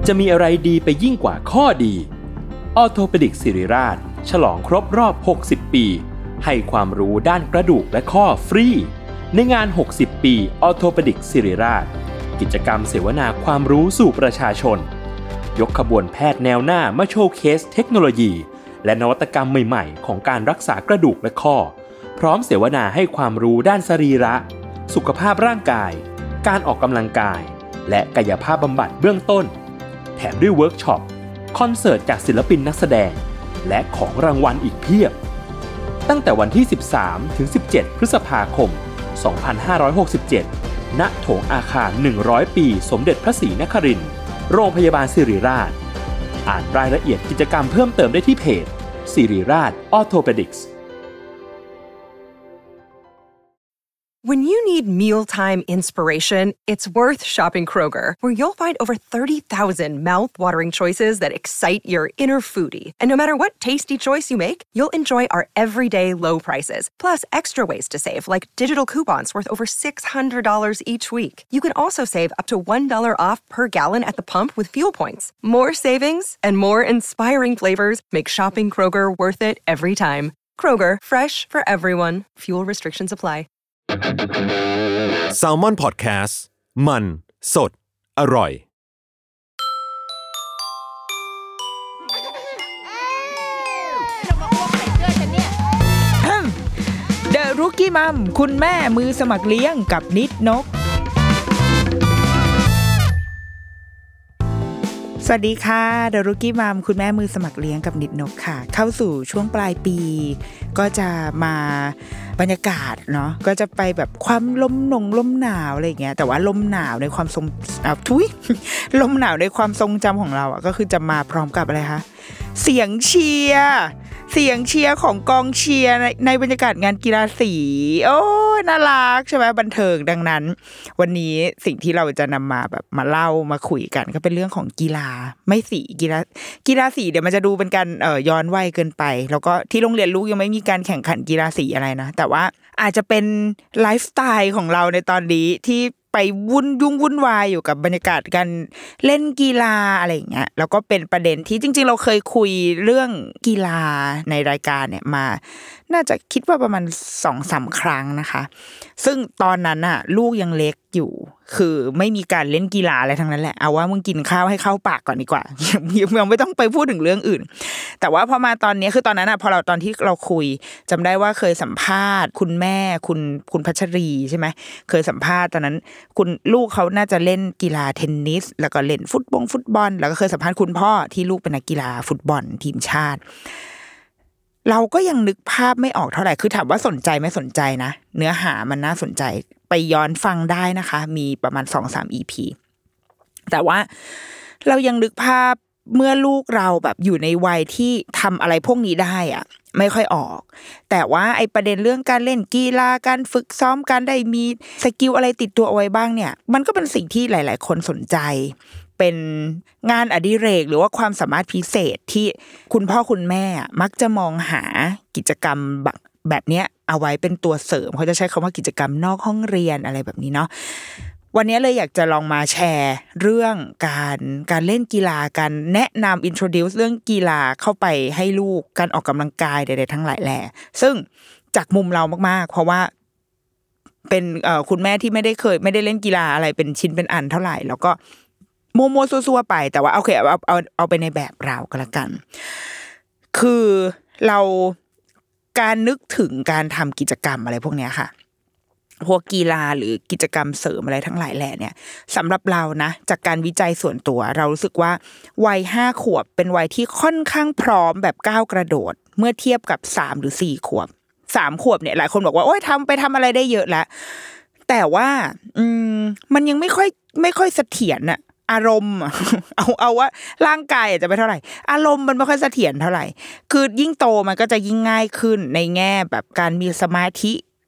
จะมีอะไรดีไปยิ่งกว่าข้อดีออร์โธเปดิกศิริราชฉลองครบรอบ60ปีให้ความรู้ด้านกระดูกและข้อฟรีในงาน60ปีออร์โธเปดิกศิริราชกิจกรรมเสวนาความรู้สู่ประชาชนยกขบวนแพทย์แนวหน้ามาโชว์เคสเทคโนโลยีและนวัตกรรมใหม่ๆของการรักษากระดูกและข้อพร้อมเสวนาให้ความรู้ด้านสรีระสุขภาพร่างกายการออกกำลังกายและกายภาพบำบัดเบื้องต้นแถมด้วยเวิร์กช็อปคอนเสิร์ตจากศิลปินนักแสดงและของรางวัลอีกเพียบตั้งแต่วันที่ 13 ถึง 17 พฤษภาคม 2567 ณ โถงอาคาร 100 ปีสมเด็จพระศรีนครินทร์โรงพยาบาลศิริราชอ่านรายละเอียดกิจกรรมเพิ่มเติมได้ที่เพจศิริราชออร์โธเปดิกส์ When you need mealtime inspiration, it's worth shopping Kroger, where you'll find over 30,000 mouth-watering choices that excite your inner foodie. And no matter what tasty choice you make, you'll enjoy our everyday low prices, plus extra ways to save, like digital coupons worth over $600 each week. You can also save up to $1 off per gallon at the pump with fuel points. More savings and more inspiring flavors make shopping Kroger worth it every time. Kroger, fresh for everyone. Fuel restrictions apply. Salmon Podcast มันสดอร่อย The Rookie Mom คุณแม่มือสมัครเลี้ยงกับนิดนกสวัสดีค่ะ The Rookie Mom คุณแม่มือสมัครเลี้ยงกับนิดนกค่ะเข้าสู่ช่วงปลายปีก็จะมาบรรยากาศเนาะก็จะไปแบบความลมหนาวอะไรอย่างเงี้ยแต่ว่าลมหนาวในความทรงลมหนาวในความทรงจำของเราอ่ะก็คือจะมาพร้อมกับอะไรคะเสียงเชียร์ของกองเชียร์ในบรรยากาศงานกีฬาสีโอ้ยน่ารักใช่ไหมบันเทิงดังนั้นวันนี้สิ่งที่เราจะนำมาแบบมาเล่ามาคุยกันก็เป็นเรื่องของกีฬาไม่สีกีฬาสีเดี๋ยวมันจะดูเป็นการย้อนวัยเกินไปแล้วก็ที่โรงเรียนลูกยังไม่มีการแข่งขันกีฬาสีอะไรนะแต่ว่าอาจจะเป็นไลฟ์สไตล์ของเราในตอนนี้ที่ไปวุ่นวายอยู่กับบรรยากาศการเล่นกีฬาอะไรอย่างเงี้ยแล้วก็เป็นประเด็นที่จริงๆเราเคยคุยเรื่องกีฬาในรายการเนี่ยมาน่าจะคิดว่าประมาณ 2-3 ครั้งนะคะซึ่งตอนนั้นน่ะลูกยังเล็กอยู่คือไม่มีการเล่นกีฬาอะไรทั้งนั้นแหละเอาว่ามึงกินข้าวให้เข้าปากก่อนดีกว่ายังไม่ต้องไปพูดถึงเรื่องอื่นแต่ว่าพอมาตอนนี้คือตอนนั้นน่ะพอเราตอนที่เราคุยจำได้ว่าเคยสัมภาษณ์คุณแม่คุณพัชรีใช่ไหมเคยสัมภาษณ์ตอนนั้นคุณลูกเขาน่าจะเล่นกีฬาเทนนิสแล้วก็เล่นฟุตบอลแล้วก็เคยสัมภาษณ์คุณพ่อที่ลูกเป็นนักกีฬาฟุตบอลทีมชาติเราก็ยังนึกภาพไม่ออกเท่าไหร่คือถามว่าสนใจไม่สนใจนะเนื้อหามันน่าสนใจไปย้อนฟังได้นะคะมีประมาณ 2-3 EP แต่ว่าเรายังนึกภาพเมื่อลูกเราแบบอยู่ในวัยที่ทำอะไรพวกนี้ได้อ่ะไม่ค่อยออกแต่ว่าไอ้ประเด็นเรื่องการเล่นกีฬาการฝึกซ้อมการได้มีสกิลอะไรติดตัวเอาไว้บ้างเนี่ยมันก็เป็นสิ่งที่หลายๆคนสนใจเป็นงานอดิเรกหรือว่าความสามารถพิเศษที่คุณพ่อคุณแม่มักจะมองหากิจกรรมแบบเนี้ยเอาไว้เป็นตัวเสริมเขาจะใช้คำว่ากิจกรรมนอกห้องเรียนอะไรแบบนี้เนาะวันนี้เลยอยากจะลองมาแชร์เรื่องการเล่นกีฬาการแนะนำ introduce เรื่องกีฬาเข้าไปให้ลูกการออกกำลังกายใดๆทั้งหลายแหล่ซึ่งจากมุมเรามากๆเพราะว่าเป็นคุณแม่ที่ไม่ได้เล่นกีฬาอะไรเป็นชิ้นเป็นอันเท่าไหร่แล้วก็มัวๆซัวๆไปแต่ว่าโอเคเอาไปในแบบเราก็แล้วกันคือเราการนึกถึงการทำกิจกรรมอะไรพวกนี้ค่ะพวกกีฬาหรือกิจกรรมเสริมอะไรทั้งหลายแหล่เนี่ยสำหรับเรานะจากการวิจัยส่วนตัวเรารู้สึกว่าวัย5 ขวบเป็นวัยที่ค่อนข้างพร้อมแบบก้าวกระโดดเมื่อเทียบกับ3 หรือ 4 ขวบ3 ขวบเนี่ยหลายคนบอกว่าโอ๊ยไปทำอะไรได้เยอะแล้วแต่ว่ามันยังไม่ค่อยเสถียรอะอารมณ์เอาว่าร่างกายอาจจะไม่เท่าไหร่อารมณ์มันไม่ค่อยเสถียรเท่าไหร่คือยิ่งโตมันก็จะยิ่งง่ายขึ้นในแง่แบบการมีสมาธิจด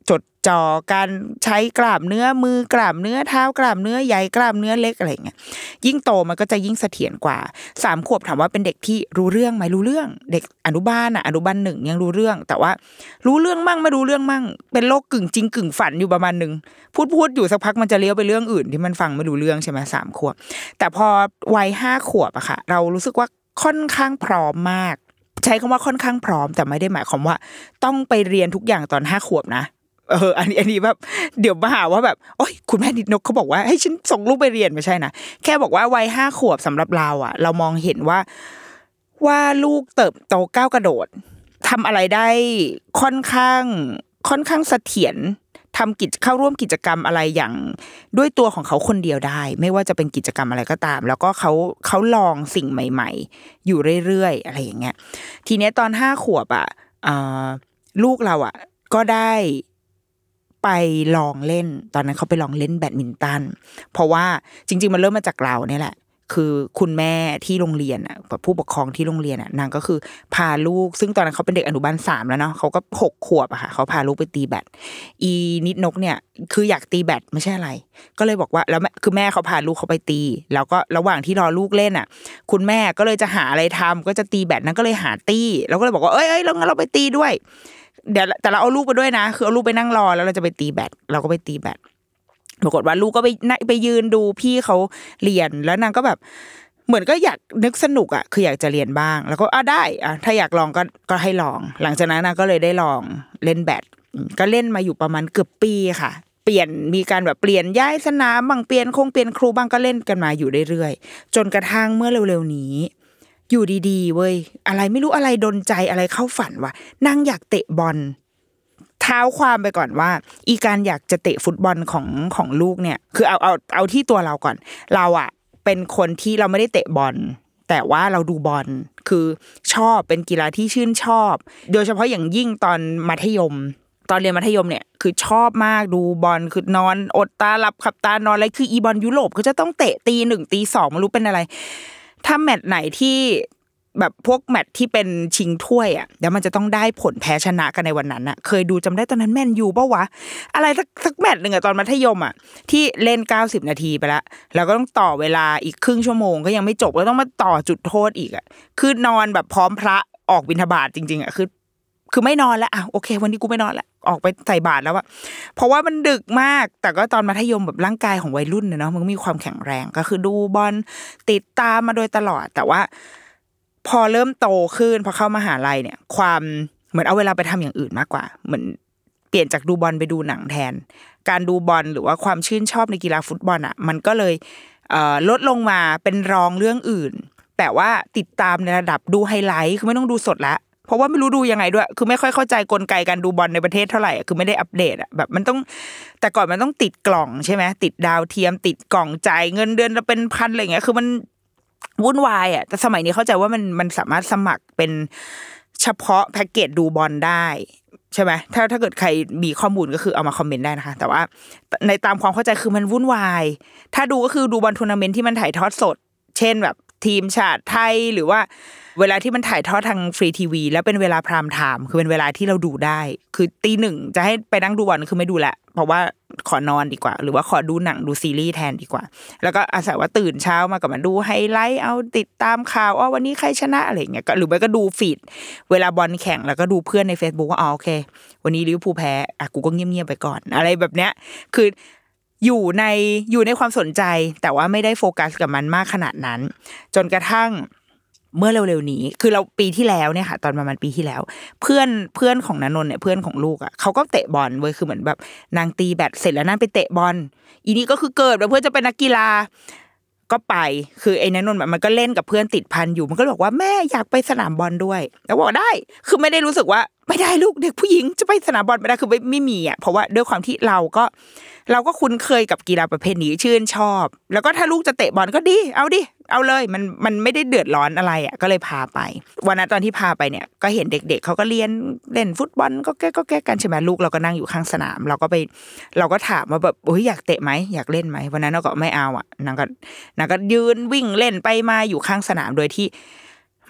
จ่อการใช้กล้ามเนื้อมือกล้ามเนื้อเท้ากล้ามเนื้อใหญ่กล้ามเนื้อเล็กอะไรเงี้ยยิ่งโตมันก็จะยิ่งเสถียรกว่า3ขวบถามว่าเป็นเด็กที่รู้เรื่องไหมรู้เรื่องเด็กอนุบาลอนุบาล1ยังรู้เรื่องแต่ว่ารู้เรื่องมั่งไม่รู้เรื่องมั่งเป็นโลกกึ่งจริงกึ่งฝันอยู่ประมาณนึงพูดอยู่สักพักมันจะเลี้ยวไปเรื่องอื่นที่มันฟังไม่รู้เรื่องใช่มั้ย3ขวบแต่พอวัย5ขวบอะค่ะเรารู้สึกว่าค่อนข้างพร้อมมากใช้คำว่าค่อนข้างพร้อมแต่ไม่ได้หมายความว่าต้องไปเรียนทุกอย่างตอน5ขวบนะอันนี้แบบเดี๋ยวมาหาว่าแบบโอ๊ยคุณแม่นิดนกเขาบอกว่าให้ฉันส่งลูกไปเรียนไม่ใช่นะแค่บอกว่าวัย5ขวบสำหรับเราอ่ะเรามองเห็นว่าลูกเติบโตก้าวกระโดดทำอะไรได้ค่อนข้างเสถียรเข้าร่วมกิจกรรมอะไรอย่างด้วยตัวของเขาคนเดียวได้ไม่ว่าจะเป็นกิจกรรมอะไรก็ตามแล้วก็เขาลองสิ่งใหม่ๆอยู่เรื่อยๆอะไรอย่างเงี้ยทีเนี้ยตอน5ขวบอ่ะลูกเราอ่ะก็ได้ไปลองเล่นตอนนั้นเขาไปลองเล่นแบดมินตันเพราะว่าจริงๆมันเริ่มมาจากเราเนี่ยแหละคือคุณแม่ที่โรงเรียนอ่ะผู้ปกครองที่โรงเรียนอ่ะนางก็คือพาลูกซึ่งตอนนั้นเขาเป็นเด็กอนุบาล3แล้วเนาะเขาก็6ขวบอะค่ะเขาพาลูกไปตีแบดอีนิดนกเนี่ยคืออยากตีแบดไม่ใช่อะไรก็เลยบอกว่าแล้วคือแม่เขาพาลูกเขาไปตีแล้วก็ระหว่างที่รอลูกเล่นอ่ะคุณแม่ก็เลยจะหาอะไรทำก็จะตีแบดนั้นก็เลยหาตี้แล้วก็เลยบอกว่าเอ้ยเราไปตีด้วยเดี๋ยวแต่เราเอาลูกไปด้วยนะคือเอาลูกไปนั่งรอแล้วเราจะไปตีแบดเราก็ไปตีแบดปรากฏว่าลูกก็ไปยืนดูพี่เขาเรียนแล้วนางก็แบบเหมือนก็อยากนึกสนุกอ่ะคืออยากจะเรียนบ้างแล้วก็ได้ถ้าอยากลองก็ให้ลองหลังจากนั้นนางก็เลยได้ลองเล่นแบดก็เล่นมาอยู่ประมาณเกือบปีค่ะมีการแบบเปลี่ยนย้ายสนามบ้างเปลี่ยนครูบ้างก็เล่นกันมาอยู่เรื่อยๆจนกระทั่งเมื่อเร็วๆนี้อยู่ดีๆเว้ยอะไรไม่รู้อะไรดลใจอะไรเข้าฝันว่ะนางอยากเตะบอลเท้าความไปก่อนว่าอีการอยากจะเตะฟุตบอลของลูกเนี่ยคือเอาที่ตัวเราก่อนเราอ่ะเป็นคนที่เราไม่ได้เตะบอลแต่ว่าเราดูบอลคือชอบเป็นกีฬาที่ชื่นชอบโดยเฉพาะอย่างยิ่งตอนมัธยมตอนเรียนมัธยมเนี่ยคือชอบมากดูบอลคือนอนอดตาหลับขับตานอนอะไรคืออีบอลยุโรปก็จะต้องเตะตี 1ตี 2ไม่รู้เป็นอะไรถ้าแมตช์ไหนที่แบบพวกแมตช์ที่เป็นชิงถ้วยอ่ะแล้วมันจะต้องได้ผลแพ้ชนะกันในวันนั้นอ่ะเคยดูจำได้ตอนนั้นแมนยูป่ะวะอะไรสักแมตช์นึงอ่ะตอนมัธยมอ่ะที่เล่น90นาทีไปละแล้วก็ต้องต่อเวลาอีกครึ่งชั่วโมงก็ยังไม่จบก็ต้องมาต่อจุดโทษอีกอ่ะคือนอนแบบพร้อมพระออกบิณฑบาตจริงๆอ่ะคือไม่นอนแล้วโอเควันนี้กูไม่นอนแล้วออกไปใส่บาตรแล้วอะเพราะว่ามันดึกมากแต่ก็ตอนมัธยมแบบร่างกายของวัยรุ่นเนาะมันมีความแข็งแรงก็คือดูบอลติดตามมาโดยตลอดแต่ว่าพอเริ่มโตขึ้นพอเข้ามหาลัยเนี่ยความเหมือนเอาเวลาไปทำอย่างอื่นมากกว่าเหมือนเปลี่ยนจากดูบอลไปดูหนังแทนการดูบอลหรือว่าความชื่นชอบในกีฬาฟุตบอลอะมันก็เลยลดลงมาเป็นรองเรื่องอื่นแต่ว่าติดตามในระดับดูไฮไลท์คือไม่ต้องดูสดละเพราะว่าไม่รู้ดูยังไงด้วยคือไม่ค่อยเข้าใจกลไกการดูบอลในประเทศเท่าไหร่คือไม่ได้อัปเดตแบบมันต้องแต่ก่อนมันต้องติดกล่องใช่ไหมติดดาวเทียมติดกล่องจ่ายเงินเดือนละเป็นพันอะไรอย่างเงี้ยคือมันวุ่นวายแต่สมัยนี้เข้าใจว่ามันสามารถสมัครเป็นเฉพาะแพ็กเกจดูบอลได้ใช่ไหมถ้าเกิดใครมีข้อมูลก็คือเอามาคอมเมนต์ได้นะคะแต่ว่าในตามความเข้าใจคือมันวุ่นวายถ้าดูก็คือดูบอลทัวร์นาเมนต์ที่มันถ่ายทอดสดเช่นแบบทีมชาติไทยหรือว่าเวลาที่มันถ่ายทอดทางฟรีทีวีแล้วเป็นเวลาพรามไทม์คือเป็นเวลาที่เราดูได้คือตี 1จะให้ไปนั่งดูบอลคือไม่ดูละเพราะว่าขอนอนดีกว่าหรือว่าขอดูหนังดูซีรีส์แทนดีกว่าแล้วก็อาศัยว่าตื่นเช้ามากับมาดูไฮไลท์เอาติดตามข่าววันนี้ใครชนะอะไรอย่างเงี้ยหรือไม่ก็ดูฟีดเวลาบอลแข่งแล้วก็ดูเพื่อนใน Facebook ว่าโอเควันนี้ลิเวอร์พูลแพ้กูก็เงียบๆไปก่อนอะไรแบบเนี้ยคืออยู่ในความสนใจแต่ว่าไม่ได้โฟกัสกับมันมากขนาดนั้นจนกระทั่งเมื่อเร็วๆนี้คือเราปีที่แล้วเนี่ยค่ะตอนประมาณปีที่แล้วเพื่อนของณนนท์เนี่ยเพื่อนของลูกเขาก็เตะบอลเว้ยคือเหมือนแบบนางตีแบดเสร็จแล้วนั่นไปเตะบอลอีนี่ก็คือเกิดมาเพื่อจะเป็นนักกีฬาก็ไปคือไอ้ณนนท์มันก็เล่นกับเพื่อนติดพันอยู่มันก็บอกว่าแม่อยากไปสนามบอลด้วยแล้วบอกได้คือไม่ได้รู้สึกว่าไม่ได้ลูกเด็กผู้หญิงจะไปสนามบอลไม่ได้คือไม่มีเพราะว่าด้วยความที่เราก็คุ้นเคยกับกีฬาประเภทนี้ชื่นชอบแล้วก็ถ้าลูกจะเตะบอลก็ดีเอาเลยมันไม่ได้เดือดร้อนอะไรก็เลยพาไปวันนั้นตอนที่พาไปเนี่ยก็เห็นเด็กๆเขาก็เรียนเล่นฟุตบอลก็แก้กันใช่ไหมลูกเราก็นั่งอยู่ข้างสนามเราก็ถามว่าแบบอยากเตะไหมอยากเล่นไหมวันนั้นเราก็ไม่เอานางก็ยืนวิ่งเล่นไปมาอยู่ข้างสนามโดยที่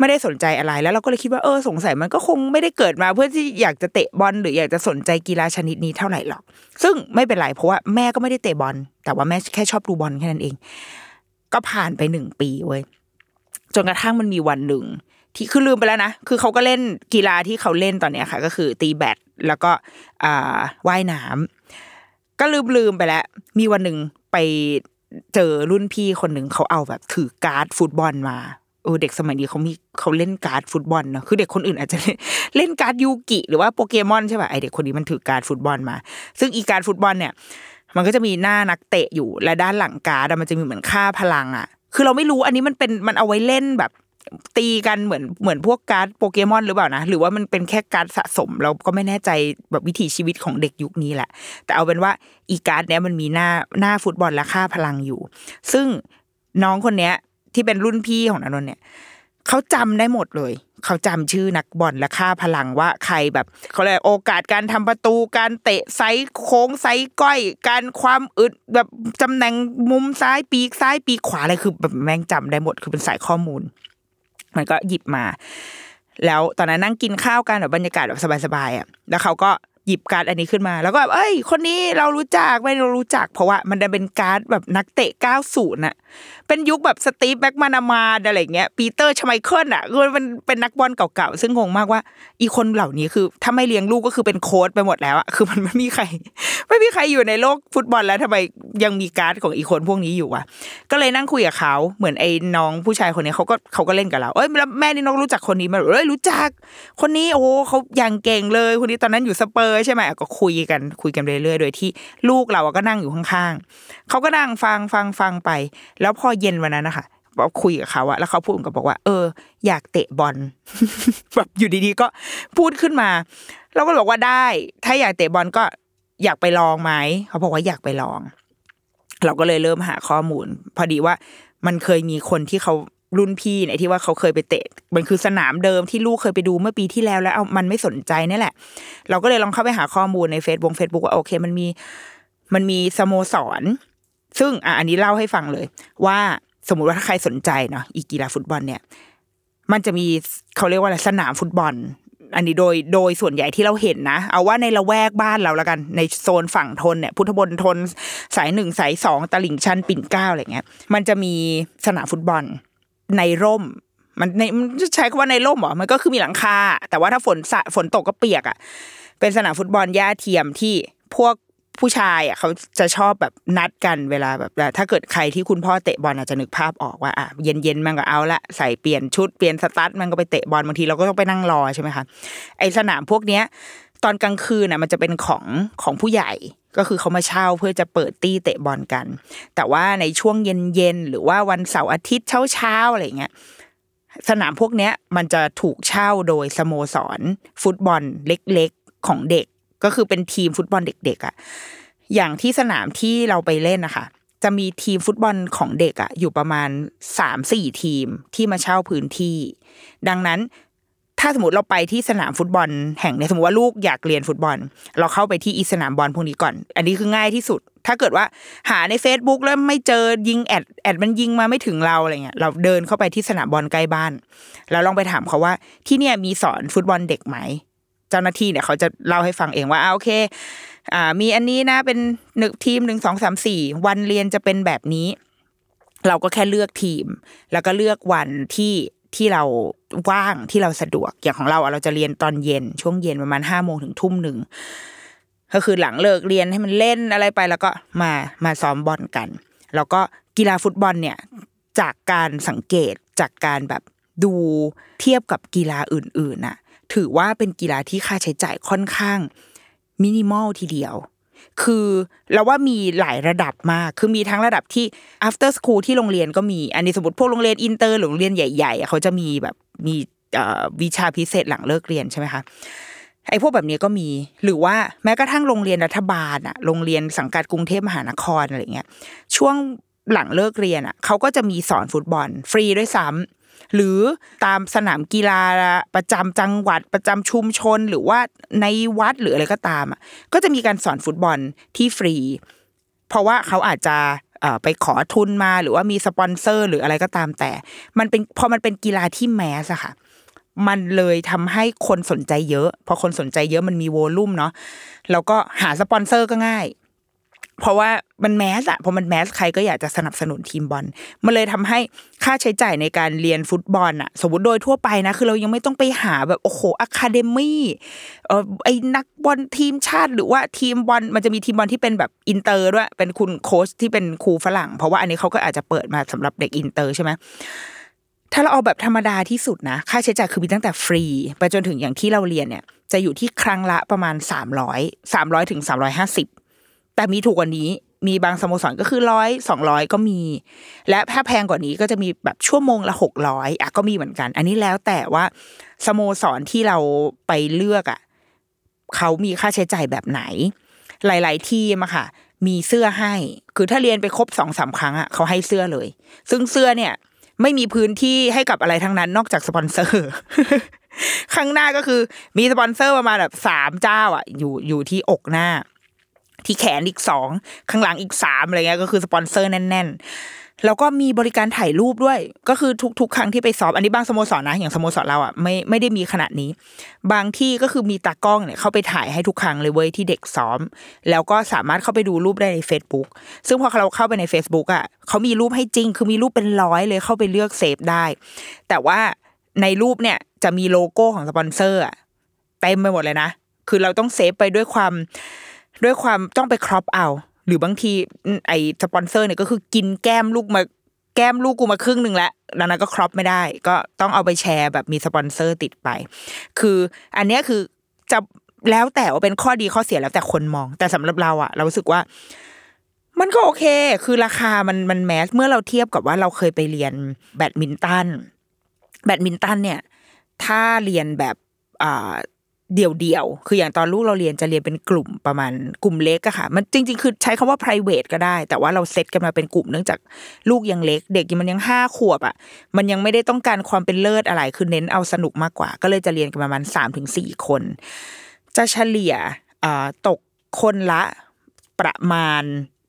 ไม่ได้สนใจอะไรแล้วเราก็เลยคิดว่าสงสัยมันก็คงไม่ได้เกิดมาเพื่อที่อยากจะเตะบอลหรืออยากจะสนใจกีฬาชนิดนี้เท่าไหร่หรอกซึ่งไม่เป็นไรเพราะว่าแม่ก็ไม่ได้เตะบอลแต่ว่าแม่แค่ชอบดูบอลแค่นั้นเองก็ผ่านไป1 ปีเว้ยจนกระทั่งมันมีวันหนึ่งที่คือลืมไปแล้วนะคือเขาก็เล่นกีฬาที่เขาเล่นตอนเนี้ยค่ะก็คือตีแบดแล้วก็ว่ายน้ำก็ลืมไปแล้วมีวันหนึ่งไปเจอรุ่นพี่คนหนึ่งเขาเอาแบบถือการ์ดฟุตบอลมาเด็กสมัยนี้เขาเล่นการ์ดฟุตบอลเนาะคือเด็กคนอื่นอาจจะเล่นการ์ดยูกิหรือว่าโปเกมอนใช่ป่ะไอเด็กคนนี้มันถือการ์ดฟุตบอลมาซึ่งอีการ์ดฟุตบอลเนี่ยมันก็จะมีหน้านักเตะอยู่และด้านหลังการ์ดมันจะมีเหมือนค่าพลังอ่ะคือเราไม่รู้อันนี้มันเอาไว้เล่นแบบตีกันเหมือนพวกการ์ดโปเกมอนหรือเปล่านะหรือว่ามันเป็นแค่การ์ดสะสมเราก็ไม่แน่ใจแบบวิถีชีวิตของเด็กยุคนี้แหละแต่เอาเป็นว่าอีการ์ดเนี้ยมันมีหน้าฟุตบอลและค่าพลังอยู่ซึ่งน้องคนเนี้ยที่เป็นรุ่นพี่ของณนนท์เนี่ยเขาจำได้หมดเลยเขาจำชื่อนักบอลและค่าพลังว่าใครแบบเขาเรียกโอกาสการทำประตูการเตะไซส์โค้งไซส์ก้อยการความอึดแบบตำแหน่งมุมซ้ายปีกซ้ายปีกขวาอะไรคือแบบแม่งจำได้หมดคือเป็นสายข้อมูลมันก็หยิบมาแล้วตอนนั้นนั่งกินข้าวกันแบบบรรยากาศแบบสบายๆอ่ะแล้วเขาก็หยิบการ์ดอันนี้ขึ้นมาแล้วก็แบบคนนี้เรารู้จักไม่รู้จักเพราะว่ามันเป็นการ์ดแบบนักเตะ90น่ะเป็นยุคแบบสตีฟแบ็กมานามาอะไรเงี้ยปีเตอร์ชไมเคิลอ่ะคือมันเป็นนักบอลเก่าๆซึ่งงงมากว่าอีคนเหล่านี้คือถ้าไม่เลี้ยงลูกก็คือเป็นโค้ชไปหมดแล้วอ่ะคือมันไม่มีใครอยู่ในโลกฟุตบอลแล้วทำไมยังมีการ์ดของอีคนพวกนี้อยู่วะก็เลยนั่งคุยกับเขาเหมือนไอ้น้องผู้ชายคนนี้เขาก็เล่นกับเราแล้วแม่นี่น้องรู้จักคนนี้มั้ยรู้จักคนนี้โอ้เขาอย่างเก่งเลยคนนี้ตอนนั้นอยู่สเปอร์ใช่ไหมก็คุยกันเรื่อยๆโดยที่ลูกเราก็นั่งอยู่ข้างๆเขาก็นั่งฟังไปแล้วพอเย็นวันนั้นนะคะคุยกับเขาอะแล้วเขาพูดกับบอกว่าอยากเตะบอล แบบอยู่ดีๆก็พูดขึ้นมาเราก็บอกว่าได้ถ้าอยากเตะบอลก็อยากไปลองไหมเขาบอกว่าอยากไปลองเราก็เลยเริ่มหาข้อมูลพอดีว่ามันเคยมีคนที่เขารุ่นพี่เนี่ยที่ว่าเขาเคยไปเตะมันคือสนามเดิมที่ลูกเคยไปดูเมื่อปีที่แล้วเอามันไม่สนใจนี่แหละเราก็เลยลองเข้าไปหาข้อมูลใน Facebook ว่าโอเคมันมีสโมสรซึ่งอันนี้เล่าให้ฟังเลยว่าสมมุติว่าถ้าใครสนใจเนาะอีกีฬาฟุตบอลเนี่ยมันจะมีเขาเรียกว่าอะไรสนามฟุตบอลอันนี้โดยส่วนใหญ่ที่เราเห็นนะเอาว่าในละแวกบ้านเราละกันในโซนฝั่งทนเนี่ยพุทธมณฑลสาย1สาย2ตลิ่งชันปิ่นเกล้าอะไรเงี้ยมันจะมีสนามฟุตบอลในร่มมันจะใช้คำว่าในร่มเหรอมันก็คือมีหลังคาแต่ว่าถ้าฝนตกก็เปียกอ่ะเป็นสนามฟุตบอลหญ้าเทียมที่พวกผู้ชายอ่ะเขาจะชอบแบบนัดกันเวลาแบบถ้าเกิดใครที่คุณพ่อเตะบอลอาจจะนึกภาพออกว่าเย็นๆมันก็เอาละใส่เปลี่ยนชุดเปลี่ยนสตาร์ทมันก็ไปเตะบอลบางทีเราก็ต้องไปนั่งรอใช่ไหมคะไอสนามพวกเนี้ยตอนกลางคืนน่ะมันจะเป็นของผู้ใหญ่ก็คือเขามาเช่าเพื่อจะเปิดตี้เตะบอลกันแต่ว่าในช่วงเย็นๆหรือว่าวันเสาร์อาทิตย์เช้าๆอะไรเงี้ยสนามพวกเนี้ยมันจะถูกเช่าโดยสโมสรฟุตบอลเล็กๆของเด็กก็คือเป็นทีมฟุตบอลเด็กๆอ่ะอย่างที่สนามที่เราไปเล่นนะคะจะมีทีมฟุตบอลของเด็กอ่ะอยู่ประมาณ 3-4 ทีมที่มาเช่าพื้นที่ดังนั้นถ้าสมมติเราไปที่สนามฟุตบอลแห่งเนี่ยสมมติว่าลูกอยากเรียนฟุตบอลเราเข้าไปที่อีสนามบอลพวกนี้ก่อนอันนี้คือง่ายที่สุดถ้าเกิดว่าหาใน Facebook แล้วไม่เจอยิงแอดมันยิงมาไม่ถึงเราอะไรเงี้ยเราเดินเข้าไปที่สนามบอลใกล้บ้านแล้วลองไปถามเขาว่าที่เนี่ยมีสอนฟุตบอลเด็กไหมเจ้าหน้าที่เนี่ยเขาจะเล่าให้ฟังเองว่าโอเคมีอันนี้นะเป็น1ทีม1 2 3 4วันเรียนจะเป็นแบบนี้เราก็แค่เลือกทีมแล้วก็เลือกวันที่เราว่างที่เราสะดวกอย่างของเราเราจะเรียนตอนเย็นช่วงเย็นประมาณ 5:00 นถึง 19:00 นก็คือหลังเลิกเรียนให้มันเล่นอะไรไปแล้วก็มาซ้อมบอลกันแล้วก็กีฬาฟุตบอลเนี่ยจากการสังเกตจากการแบบดูเทียบกับกีฬาอื่นๆน่ะถือว่าเป็นกีฬาที่ค่าใช้จ่ายค่อนข้างมินิมอลทีเดียวคือเราว่ามีหลายระดับมากคือมีทั้งระดับที่ after school ที่โรงเรียนก็มีอันนี้สมมติพวกโรงเรียนอินเตอร์หรือโรงเรียนใหญ่ๆเขาจะมีแบบมีวิชาพิเศษหลังเลิกเรียนใช่ไหมคะไอ้พวกแบบนี้ก็มีหรือว่าแม้กระทั่งโรงเรียนรัฐบาลโรงเรียนสังกัดกรุงเทพมหานครอะไรเงี้ยช่วงหลังเลิกเรียนเขาก็จะมีสอนฟุตบอลฟรีด้วยซ้ำหรือตามสนามกีฬาประจำจังหวัดประจำชุมชนหรือว่าในวัดหรืออะไรก็ตามก็จะมีการสอนฟุตบอลที่ฟรีเพราะว่าเขาอาจจะไปขอทุนมาหรือว่ามีสปอนเซอร์หรืออะไรก็ตามแต่มันเป็นพอมันเป็นกีฬาที่แมสอะค่ะมันเลยทำให้คนสนใจเยอะพอคนสนใจเยอะมันมีโวลุ่มเนาะแล้วก็หาสปอนเซอร์ก็ง่ายเพราะว่ามันแมสอะพอมันแมสใครก็อยากจะสนับสนุนทีมบอลมันเลยทำให้ค่าใช้จ่ายในการเรียนฟุตบอลอะสมมติโดยทั่วไปนะคือเรายังไม่ต้องไปหาแบบโอ้โหอะคาเดมี่ไอ้นักบอลทีมชาติหรือว่าทีมบอลมันจะมีทีมบอลที่เป็นแบบอินเตอร์ด้วยเป็นคุณโค้ชที่เป็นครูฝรั่งเพราะว่าอันนี้เขาก็อาจจะเปิดมาสำหรับเด็กอินเตอร์ใช่ไหมถ้าเราเอาแบบธรรมดาที่สุดนะค่าใช้จ่ายคือมีตั้งแต่ฟรีไปจนถึงอย่างที่เราเรียนเนี่ยจะอยู่ที่ครั้งละประมาณ300ถึง350แต่มีถูกกว่านี้มีบางสโมสรก็คือ100 200ก็มีและถ้าแพงกว่านี้ก็จะมีแบบชั่วโมงละ600อ่ะก็มีเหมือนกันอันนี้แล้วแต่ว่าสโมสรที่เราไปเลือกอ่ะเขามีค่าใช้จ่ายแบบไหนหลายๆทีมอะค่ะมีเสื้อให้คือถ้าเรียนไปครบ 2-3 ครั้งอ่ะเขาให้เสื้อเลยซึ่งเสื้อเนี่ยไม่มีพื้นที่ให้กับอะไรทั้งนั้นนอกจากสปอนเซอร์ ข้างหน้าก็คือมีสปอนเซอร์ประมาณแบบ3เจ้าอ่ะอยู่ที่อกหน้าที่แขนอีก2ข้างหลังอีก3อะไรเงี้ยก็คือสปอนเซอร์แน่นๆแล้วก็มีบริการถ่ายรูปด้วยก็คือทุกครั้งที่ไปซ้อมอันนี้บางสโมสรนะอย่างสโมสรเราอ่ะไม่ได้มีขนาดนี้บางที่ก็คือมีตากล้องเนี่ยเข้าไปถ่ายให้ทุกครั้งเลยเว้ยที่เด็กซ้อมแล้วก็สามารถเข้าไปดูรูปได้ใน Facebook ซึ่งพอเราเข้าไปใน Facebook อ่ะเขามีรูปให้จริงคือมีรูปเป็น100เลยเข้าไปเลือกเซฟได้แต่ว่าในรูปเนี่ยจะมีโลโก้ของสปอนเซอร์อ่ะเต็มไปหมดเลยนะคือเราต้องเซฟไปด้วยความต้องไปครอปเอาหรือบางทีไอ้สปอนเซอร์เนี่ยก็คือกินแก้มลูกกูมาครึ่งนึงแล้วดังนั้นก็ครอปไม่ได้ก็ต้องเอาไปแชร์แบบมีสปอนเซอร์ติดไปคืออันเนี้ยคือจะแล้วแต่ว่าเป็นข้อดีข้อเสียแล้วแต่คนมองแต่สำหรับเราอะเรารู้สึกว่ามันก็โอเคคือราคามันแมสเมื่อเราเทียบกับว่าเราเคยไปเรียนแบดมินตันเนี่ยถ้าเรียนแบบเดี่ยวคืออย่างตอนลูกเราเรียนจะเรียนเป็นกลุ่มประมาณกลุ่มเล็กอะค่ะมันจริงๆคือใช้คำว่า private ก็ได้แต่ว่าเราเซตกันมาเป็นกลุ่มเนื่องจากลูกยังเล็กเด็กมันยัง5 ขวบอะมันยังไม่ได้ต้องการความเป็นเลิศอะไรคือเน้นเอาสนุกมากกว่าก็เลยจะเรียนกันประมาณ 3-4 คนจะเฉลี่ยตกคนละประมาณ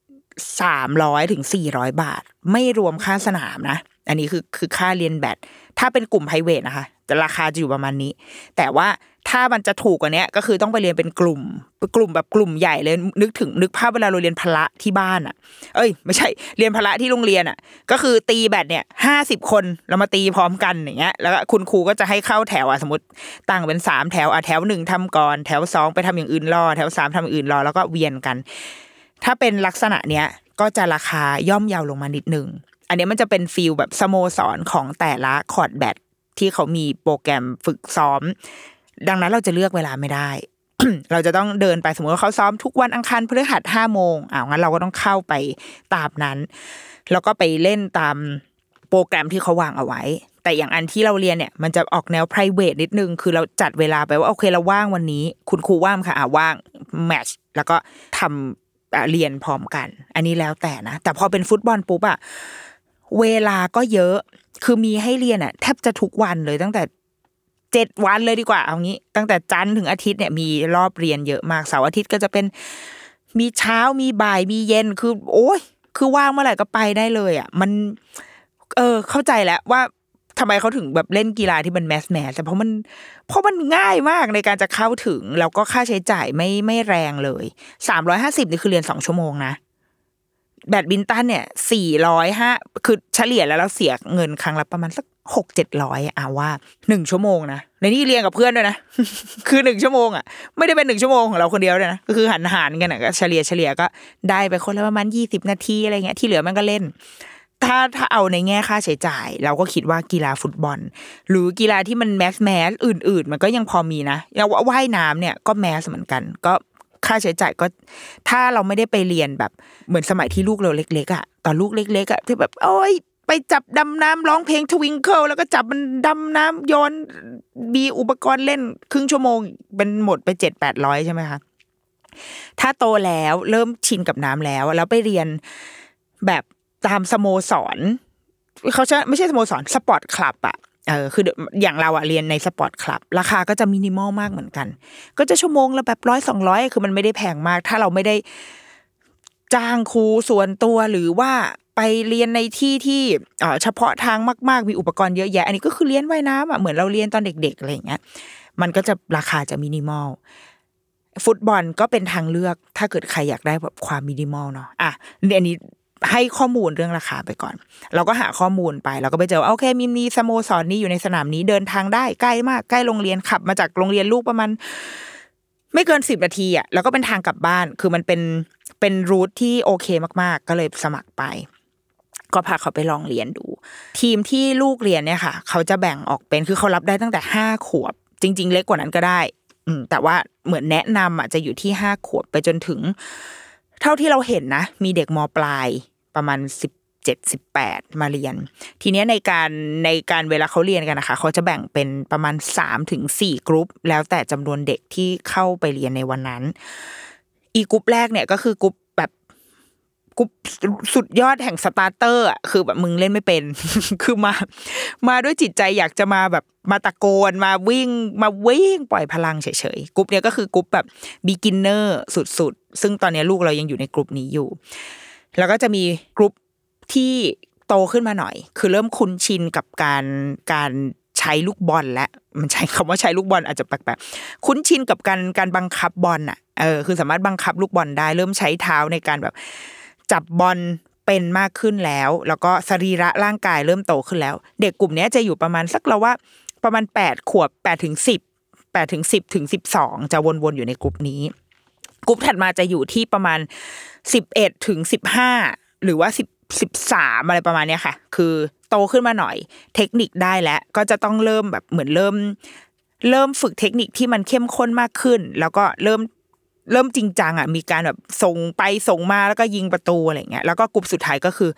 300ถึง400 บาทไม่รวมค่าสนามนะอันนี้คือค่าเรียนแบดถ้าเป็นกลุ่ม private นะคะแต่ราคาจะอยู่ประมาณนี้แต่ว่าถ้ามันจะถูกกว่านี้ก็คือต้องไปเรียนเป็นกลุ่มแบบกลุ่มใหญ่เลยนึกภาพเวลาเราเรียนพละที่บ้านอ่ะไม่ใช่เรียนพละที่โรงเรียนอ่ะก็คือตีแบดเนี่ย50 คนเรามาตีพร้อมกันอย่างเงี้ยแล้วคุณครูก็จะให้เข้าแถวสมมติตั้งเป็น3 แถวแถว1ทำก่อนแถว2ไปทำอย่างอื่นรอแถว3ทำอย่างอื่นรอแล้วก็เวียนกันถ้าเป็นลักษณะเนี้ยก็จะราคาย่อมเยาลงมานิดนึงอันนี้มันจะเป็นฟีลแบบสโมสรของแต่ละคอร์ตแบดที่เขามีโปรแกรมฝึกซ้อมดังนั้นเราจะเลือกเวลาไม่ได้ เราจะต้องเดินไปสมมติว่าเขาซ้อมทุกวันอังคารพฤหัส 5 โมงงั้นเราก็ต้องเข้าไปตามนั้นแล้วก็ไปเล่นตามโปรแกรมที่เขาวางเอาไว้แต่อย่างอันที่เราเรียนเนี่ยมันจะออกแนว private นิดนึงคือเราจัดเวลาไปว่าโอเคเราว่างวันนี้คุณครูว่างค่ะว่างแมตช์แล้วก็ทำเรียนพร้อมกันอันนี้แล้วแต่นะแต่พอเป็นฟุตบอลปุ๊บเวลาก็เยอะคือมีให้เรียนแทบจะทุกวันเลยตั้งแต่7 วันเลยดีกว่าเอางี้ตั้งแต่จันทร์ถึงอาทิตย์เนี่ยมีรอบเรียนเยอะมากเสาร์อาทิตย์ก็จะเป็นมีเช้ามีบ่ายมีเย็นคือโอ้ยคือว่างเมื่อไหร่ก็ไปได้เลยมันเข้าใจแล้วว่าทำไมเขาถึงแบบเล่นกีฬาที่มันแมสแต่เพราะมันง่ายมากในการจะเข้าถึงแล้วก็ค่าใช้จ่ายไม่แรงเลย350นี่คือเรียน2 ชั่วโมงนะแบดมินตันเนี่ย405คือเฉลี่ยแล้วเราเสียเงินครั้งละประมาณสัก600-700ว่า1 ชั่วโมงนะในนี้เรียนกับเพื่อนด้วยนะ คือ1 ชั่วโมงไม่ได้เป็น1 ชั่วโมงของเราคนเดียวเลยนะก็คือหันกันก็เฉลี่ยก็ได้ไปคนละประมาณ20 นาทีอะไรเงี้ยที่เหลือมันก็เล่นถ้าเอาในแง่ค่าใช้จ่ายเราก็คิดว่ากีฬาฟุตบอลหรือกีฬาที่มันแมสอื่นๆมันก็ยังพอมีนะอย่างว่ายน้ำเนี่ยก็แมสเหมือนกันก็ค่าใช้จ่ายก็ถ้าเราไม่ได้ไปเรียนแบบเหมือนสมัยที่ลูกเราเล็กๆตอนลูกเล็กๆที่แบบโอ๊ยไปจับดำน้ำร้องเพลงทวิงเกิลแล้วก็จับมันดำน้ำย้อนมีอุปกรณ์เล่นครึ่งชั่วโมงเป็นหมดไป700-800ใช่ไหมคะถ้าโตแล้วเริ่มชินกับน้ำแล้วไปเรียนแบบตามสโมสรเขาจะไม่ใช่สโมสรสปอร์ตคลับคืออย่างเราเรียนในสปอร์ตคลับราคาก็จะมินิมอลมากเหมือนกันก็จะชั่วโมงละแบบ100-200คือมันไม่ได้แพงมากถ้าเราไม่ได้จ้างครูส่วนตัวหรือว่าไปเรียนในที่ที่เฉพาะทางมากๆมีอุปกรณ์เยอะแยะอันนี้ก็คือเรียนว่ายน้ำเหมือนเราเรียนตอนเด็กๆอะไรอย่างเงี้ยมันก็จะราคาจะมินิมอลฟุตบอลก็เป็นทางเลือกถ้าเกิดใครอยากได้แบบความมินิมอลเนาะอันนี้ให้ข้อมูลเรื่องราคาไปก่อนเราก็หาข้อมูลไปเราก็ไปเจอโอเคมีสโมสรนี้อยู่ในสนามนี้เดินทางได้ใกล้มากใกล้โรงเรียนขับมาจากโรงเรียนลูกประมาณไม่เกิน10 นาทีแล้วก็เป็นทางกลับบ้านคือมันเป็นรูทที่โอเคมากๆก็เลยสมัครไปก็พาเขาไปลองเรียนดูทีมที่ลูกเรียนเนี่ยค่ะเขาจะแบ่งออกเป็นคือเขารับได้ตั้งแต่5 ขวบจริงๆเล็กกว่านั้นก็ได้แต่ว่าเหมือนแนะนำจะอยู่ที่5 ขวบไปจนถึงเท่าที่เราเห็นนะมีเด็กม.ปลายประมาณ17-18มาเรียนทีนี้ในการเวลาเขาเรียนกันนะคะเขาจะแบ่งเป็นประมาณ3-4 กรุ๊ปแล้วแต่จำนวนเด็กที่เข้าไปเรียนในวันนั้นอีกรุ๊ปแรกเนี่ยก็คือกรุ๊ปแบบกรุ๊ปสุดยอดแห่งสตาร์เตอร์คือแบบมึงเล่นไม่เป็น คือมาด้วยจิตใจอยากจะมาแบบมาตะโกนมาวิ่งปล่อยพลังเฉยๆกรุ๊ปเนี้ยก็คือกรุ๊ปแบบbeginner สุดๆซึ่งตอนนี้ลูกเรายังอยู่ในกรุ๊ปนี้อยู่แล้วก็จะมีกรุ๊ปที่โตขึ้นมาหน่อยคือเริ่มคุ้นชินกับการใช้ลูกบอลและมันใช้คำว่าใช้ลูกบอลอาจจะแปลกๆคุ้นชินกับการบังคับบอลคือสามารถบังคับลูกบอลได้เริ่มใช้เท้าในการแบบจับบอลเป็นมากขึ้นแล้วก็สรีระร่างกายเริ่มโตขึ้นแล้วเด็กกลุ่มนี้จะอยู่ประมาณสักเราว่าประมาณ8 ขวบ8 ถึง 10 ถึง 12จะวนๆอยู่ในกลุ่มนี้กลุ่มถัดมาจะอยู่ที่ประมาณ11 ถึง 15หรือว่า13อะไรประมาณเนี้ยค่ะคือโตขึ้นมาหน่อยเทคนิคได้แล้วก็จะต้องเริ่มแบบเหมือนเริ่มฝึกเทคนิคที่มันเข้มข้นมากขึ้นแล้วก็เริ่มจริงจังมีการแบบส่งไปส่งมาแล้วก็ยิงประตูอะไรเงี้ยแล้วก็กลุ่มสุดท้ายก็คือ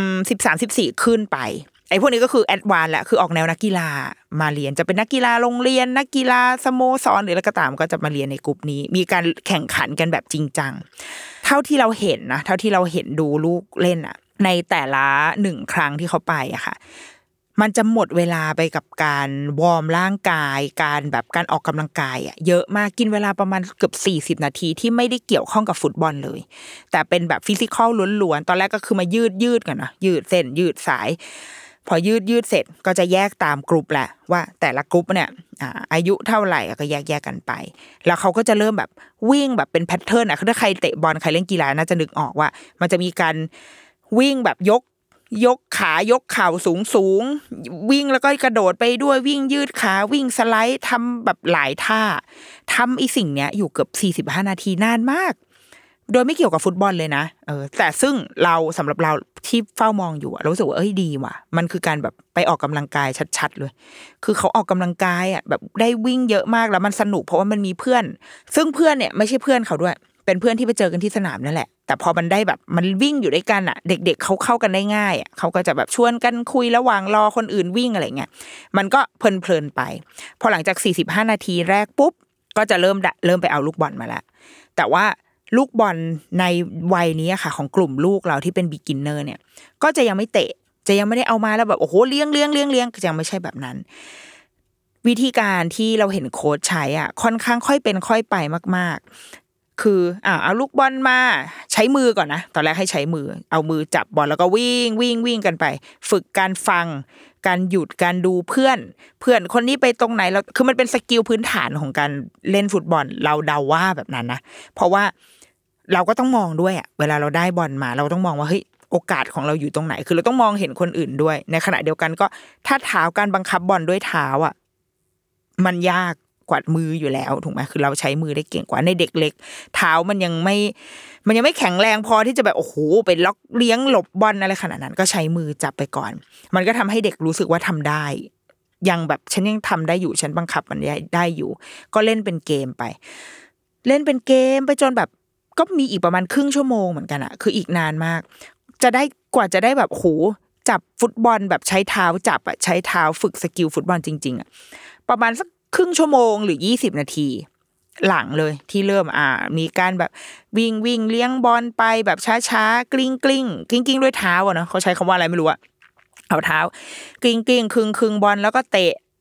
13-14ขึ้นไปไอ้พวกนี้ก็คือแอดวานซ์แล้วคือออกแนวนักกีฬามาเรียนจะเป็นนักกีฬาโรงเรียนนักกีฬาสโมสรหรืออะไรก็ตามก็จะมาเรียนในกลุ่มนี้มีการแข่งขันกันแบบจริงจังเท่าที่เราเห็นนะเท่าที่เราเห็นดูลูกเล่นในแต่ละ1 ครั้งที่เขาไปค่ะมันจะหมดเวลาไปกับการวอร์มร่างกายการออกกำลังกายเยอะมากกินเวลาประมาณเกือบ40 นาทีที่ไม่ได้เกี่ยวข้องกับฟุตบอลเลยแต่เป็นแบบฟิสิคอลล้วนๆตอนแรกก็คือมายืดกันนะยืดเส้นยืดสายพอยืดเสร็จก็จะแยกตามกลุ่มแหละว่าแต่ละกลุ่มเนี่ยอายุเท่าไหร่ก็แยกกันไปแล้วเขาก็จะเริ่มแบบวิ่งแบบเป็นแพทเทิร์นถ้าใครเตะบอลใครเล่นกีฬาน่าจะนึกออกว่ามันจะมีการวิ่งแบบยกขายกเข่าสูงวิ่งแล้วก็กระโดดไปด้วยวิ่งยืดขาวิ่งสไลด์ทำแบบหลายท่าทำอีสิ่งเนี้ยอยู่เกือบ45 นาทีนานมากโดยไม่เกี่ยวกับฟุตบอลเลยนะแต่ซึ่งสำหรับเราที่เฝ้ามองอยู่เรารู้สึกว่าดีว่ะมันคือการแบบไปออกกำลังกายชัดๆเลยคือเขาออกกำลังกายแบบได้วิ่งเยอะมากแล้วมันสนุกเพราะว่ามันมีเพื่อนซึ่งเพื่อนเนี่ยไม่ใช่เพื่อนเขาด้วยเป็นเพื่อนที่ไปเจอกันที่สนามนั่นแหละแต่พอมันได้แบบมันวิ่งอยู่ด้วยกันเด็กๆเขาเข้ากันได้ง่ายเขาก็จะแบบชวนกันคุยระหว่างรอคนอื่นวิ่งอะไรเงี้ยมันก็เพลินไปพอหลังจาก45 นาทีแรกปุ๊บก็จะเริ่มไปเอาลูกบอลมาแล้วแต่ว่าลูกบอลในวัยนี้ค่ะของกลุ่มลูกเราที่เป็น beginner เนี่ยก็จะยังไม่เตะจะยังไม่ได้เอามาแล้วแบบโอ้โหเลี้ยงจะยังไม่ใช่แบบนั้นวิธีการที่เราเห็นโค้ชใช้ค่อนข้างค่อยเป็นค่อยไปมากๆคือเอาลูกบอลมาใช้มือก่อนนะตอนแรกให้ใช้มือเอามือจับบอลแล้วก็วิ่งกันไปฝึกการฟังการหยุดการดูเพื่อนคนนี้ไปตรงไหนแล้วคือมันเป็นสกิลพื้นฐานของการเล่นฟุตบอลเราเดาว่าแบบนั้นนะเพราะว่าเราก็ต้องมองด้วยเวลาเราได้บอลมาเราต้องมองว่าเฮ้ยโอกาสของเราอยู่ตรงไหนคือเราต้องมองเห็นคนอื่นด้วยในขณะเดียวกันก็ถ้าเท้าการบังคับบอลด้วยเท้ามันยากกว่ามืออยู่แล้วถูกไหมคือเราใช้มือได้เก่งกว่าในเด็กเล็กเท้ามันยังไม่แข็งแรงพอที่จะแบบโอ้โหไปล็อกเลี้ยงหลบบอลอะไรขนาดนั้นก็ใช้มือจับไปก่อนมันก็ทำให้เด็กรู้สึกว่าทำได้ยังแบบฉันยังทำได้อยู่ฉันบังคับมันได้อยู่ก็เล่นเป็นเกมไปจนแบบก็มีอีกประมาณครึ่งชั่วโมงเหมือนกันคืออีกนานมากกว่าจะได้แบบโหจับฟุตบอลแบบใช้เท้าจับใช้เท้าฝึกสกิลฟุตบอลจริงๆประมาณสักครึ่งชั่วโมงหรือ20 นาทีหลังเลยที่เริ่มมีการแบบวิ่งเลี้ยงบอลไปแบบช้าๆกลิ้งด้วยเท้าเนาะเขาใช้คำว่าอะไรไม่รู้เอาเท้ากลิ้งครึ่งบอลแล้วก็เตะ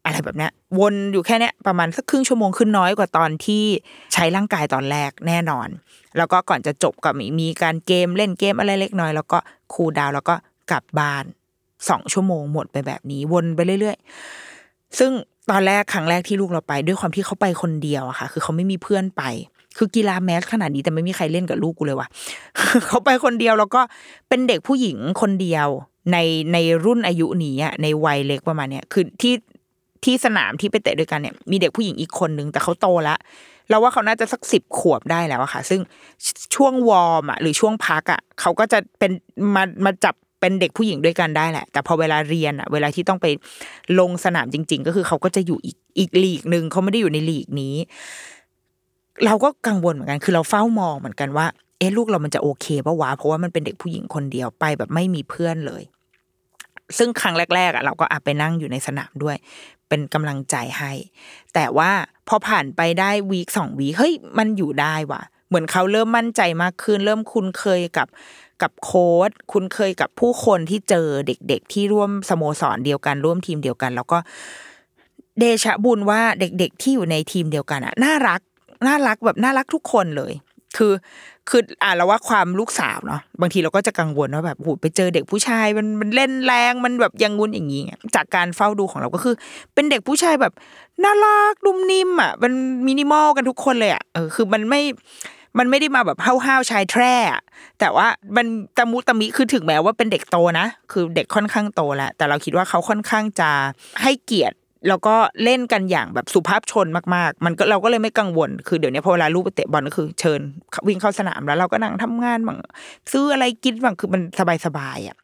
อะไรแบบเนี้ยวนอยู่แค่เนี้ยประมาณสักครึ่งชั่วโมงขึ้นน้อยกว่าตอนที่ใช้ร่างกายตอนแรกแน่นอนแล้วก็ก่อนจะจบก็มีการเกมเล่นเกมอะไรเล็กน้อยแล้วก็คูลดาวน์แล้วก็กลับบ้าน2ชั่วโมงหมดไปแบบนี้วนไปเรื่อยๆซึ่งตอนแรกครั้งแรกที่ลูกเราไปด้วยความที่เขาไปคนเดียวอะค่ะคือเขาไม่มีเพื่อนไปคือกีฬาแมสขนาดนี้แต่ไม่มีใครเล่นกับลูกกูเลยว่ะ เขาไปคนเดียวแล้วก็เป็นเด็กผู้หญิงคนเดียวในรุ่นอายุนี้อ่ะในวัยเล็กประมาณเนี้ยคือที่สนามที่ไปเตะด้วยกันเนี่ยมีเด็กผู้หญิงอีกคนนึงแต่เขาโตแล้วเราว่าเขาน่าจะสัก10 ขวบได้แล้วอะค่ะซึ่งช่วงวอร์มอะหรือช่วงพักอะเขาก็จะเป็นมาจับเป็นเด็กผู้หญิงด้วยกันได้แหละแต่พอเวลาเรียนอะเวลาที่ต้องไปลงสนามจริงๆก็คือเขาก็จะอยู่อีกลีกนึงเขาไม่ได้อยู่ในลีกนี้เราก็กังวลเหมือนกันคือเราเฝ้ามองเหมือนกันว่าลูกเรามันจะโอเคป่ะวะเพราะว่ามันเป็นเด็กผู้หญิงคนเดียวไปแบบไม่มีเพื่อนเลยซึ่งครั้งแรกๆอ่ะเราก็ไปนั่งอยู่ในสนามด้วยเป็นกำลังใจให้แต่ว่าพอผ่านไปได้วีค2 วีคเฮ้ยมันอยู่ได้ว่ะเหมือนเขาเริ่มมั่นใจมากขึ้นเริ่มคุ้นเคยกับโค้ชคุ้นเคยกับผู้คนที่เจอเด็กๆที่ร่วมสโมสรเดียวกันร่วมทีมเดียวกันแล้วก็เดชะบุญว่าเด็กๆที่อยู่ในทีมเดียวกันอ่ะน่ารักแบบน่ารักทุกคนเลยคือเราว่าความลูกสาวเนาะบางทีเราก็จะกังวลว่าแบบโหไปเจอเด็กผู้ชายมันเล่นแรงมันแบบอย่างงุ้นอย่างงี้จากการเฝ้าดูของเราก็คือเป็นเด็กผู้ชายแบบน่ารักนุ่มนิ่มอ่ะมันมินิมอลกันทุกคนเลยอ่ะคือมันไม่ได้มาแบบห้าวๆชายแทร่แต่ว่ามันตะมุตะมิคือถึงแม้ว่าเป็นเด็กโตนะคือเด็กค่อนข้างโตแล้วแต่เราคิดว่าเขาค่อนข้างจะให้เกียรติแล้วก็เล่นกันอย่างแบบสุภาพชนมากๆมันก็เราก็เลยไม่กังวลคือเดี๋ยวนี้พอเวลาลูกไปเตะบอลก็คือเชิญวิ่งเข้าสนามแล้วเราก็นั่งทำงานบ้างซื้ออะไรกินบ้างคือมันสบายๆอ่ะ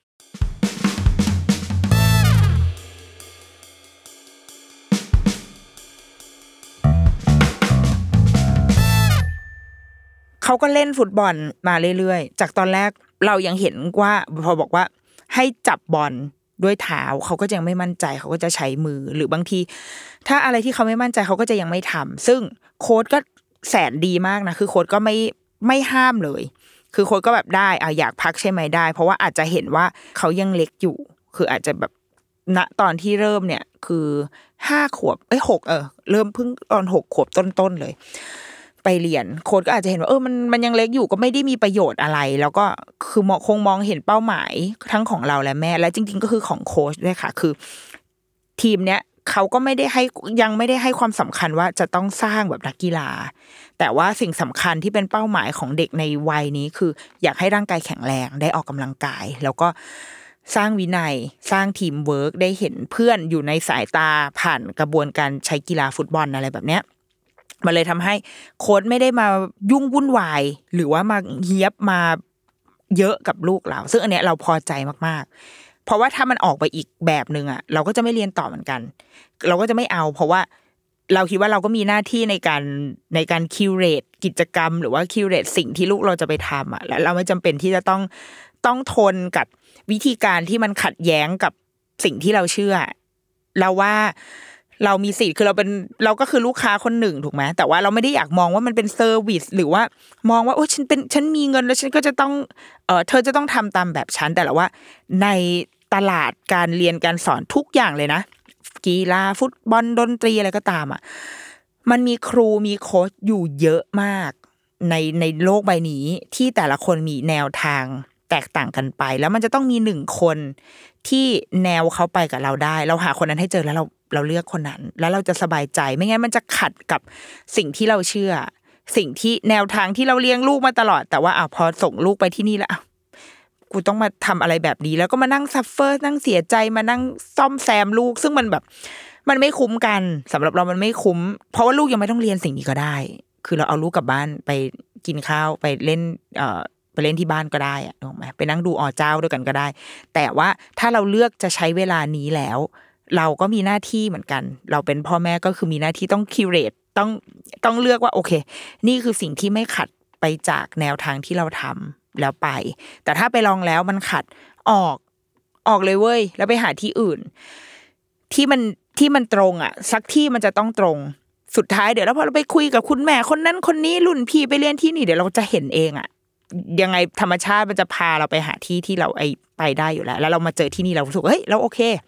เขาก็เล่นฟุตบอลมาเรื่อยๆจากตอนแรกเรายังเห็นว่าพอบอกว่าให้จับบอลด้วยเท้าเขาก็ยังไม่มั่นใจเขาก็จะใช้มือหรือบางทีถ้าอะไรที่เขาไม่มั่นใจเขาก็จะยังไม่ทำซึ่งโค้ชก็แสนดีมากนะคือโค้ชก็ไม่ห้ามเลยคือโค้ชก็แบบได้อยากพักใช่ไหมได้เพราะว่าอาจจะเห็นว่าเขายังเล็กอยู่คืออาจจะแบบณตอนที่เริ่มเนี่ยคือ5 ขวบ6เริ่มเพิ่งตอน6 ขวบต้นๆเลยไปเรียนโค้ชก็อาจจะเห็นว่ามันยังเล็กอยู่ก็ไม่ได้มีประโยชน์อะไรแล้วก็คือคงมองเห็นเป้าหมายทั้งของเราและแม่และจริงๆก็คือของโค้ชด้วยค่ะคือทีมเนี้ยเขาก็ยังไม่ได้ให้ความสำคัญว่าจะต้องสร้างแบบนักกีฬาแต่ว่าสิ่งสำคัญที่เป็นเป้าหมายของเด็กในวัยนี้คืออยากให้ร่างกายแข็งแรงได้ออกกำลังกายแล้วก็สร้างวินัยสร้างทีมเวิร์กได้เห็นเพื่อนอยู่ในสายตาผ่านกระบวนการใช้กีฬาฟุตบอลอะไรแบบเนี้ยมันเลยทำให้โค้ชไม่ได้มายุ่งวุ่นวายหรือว่ามาเฮียบมาเยอะกับลูกเราซึ่งอันเนี้ยเราพอใจมากๆเพราะว่าถ้ามันออกไปอีกแบบนึงอ่ะเราก็จะไม่เรียนต่อเหมือนกันเราก็จะไม่เอาเพราะว่าเราคิดว่าเราก็มีหน้าที่ในการคิวเรตกิจกรรมหรือว่าคิวเรตสิ่งที่ลูกเราจะไปทำอ่ะและเราไม่จำเป็นที่จะต้องทนกับวิธีการที่มันขัดแย้งกับสิ่งที่เราเชื่อเราว่าเรามีสิทธิ์คือเราก็คือลูกค้าคนหนึ่งถูกไหมแต่ว่าเราไม่ได้อยากมองว่ามันเป็นเซอร์วิสหรือว่ามองว่าโอ้ฉันมีเงินแล้วฉันก็จะต้องเธอจะต้องทำตามแบบฉันแต่ละว่าในตลาดการเรียนการสอนทุกอย่างเลยนะกีฬาฟุตบอลดนตรีอะไรก็ตามอ่ะมันมีครูมีโค้ชอยู่เยอะมากในโลกใบนี้ที่แต่ละคนมีแนวทางแตกต่างกันไปแล้วมันจะต้องมี1 คนที่แนวเขาไปกับเราได้เราหาคนนั้นให้เจอแล้วเราเลือกคนนั้นแล้วเราจะสบายใจไม่งั้นมันจะขัดกับสิ่งที่เราเชื่อสิ่งที่แนวทางที่เราเลี้ยงลูกมาตลอดแต่ว่าพอส่งลูกไปที่นี่แล้วกูต้องมาทำอะไรแบบนี้แล้วก็มานั่งซัฟเฟอร์นั่งเสียใจมานั่งซ่อมแซมลูกซึ่งมันแบบมันไม่คุ้มกันสำหรับเรามันไม่คุ้มเพราะว่าลูกยังไม่ต้องเรียนสิ่งนี้ก็ได้คือเราเอาลูกกลับบ้านไปกินข้าวไปเล่นไปเล่นที่บ้านก็ได้อะถูกไหมไปนั่งดูเจ้าด้วยกันก็ได้แต่ว่าถ้าเราเลือกจะใช้เวลานี้แล้วเราก็มีหน้าที่เหมือนกันเราเป็นพ่อแม่ก็คือมีหน้าที่ต้องคิวเรตต้องเลือกว่าโอเคนี่คือสิ่งที่ไม่ขัดไปจากแนวทางที่เราทำแล้วไปแต่ถ้าไปลองแล้วมันขัดออกเลยเว้ยแล้วไปหาที่อื่นที่มันตรงอ่ะสักที่มันจะต้องตรงสุดท้ายเดี๋ยวแล้วพอเราไปคุยกับคุณแม่คนนั้นคนนี้รุ่นพี่ไปเรียนที่นี่เดี๋ยวเราจะเห็นเองอ่ะยังไงธรรมชาติมันจะพาเราไปหาที่เราไปได้อยู่แล้วเรามาเจอที่นี่เรารู้สึกเฮ้ยเราโอเค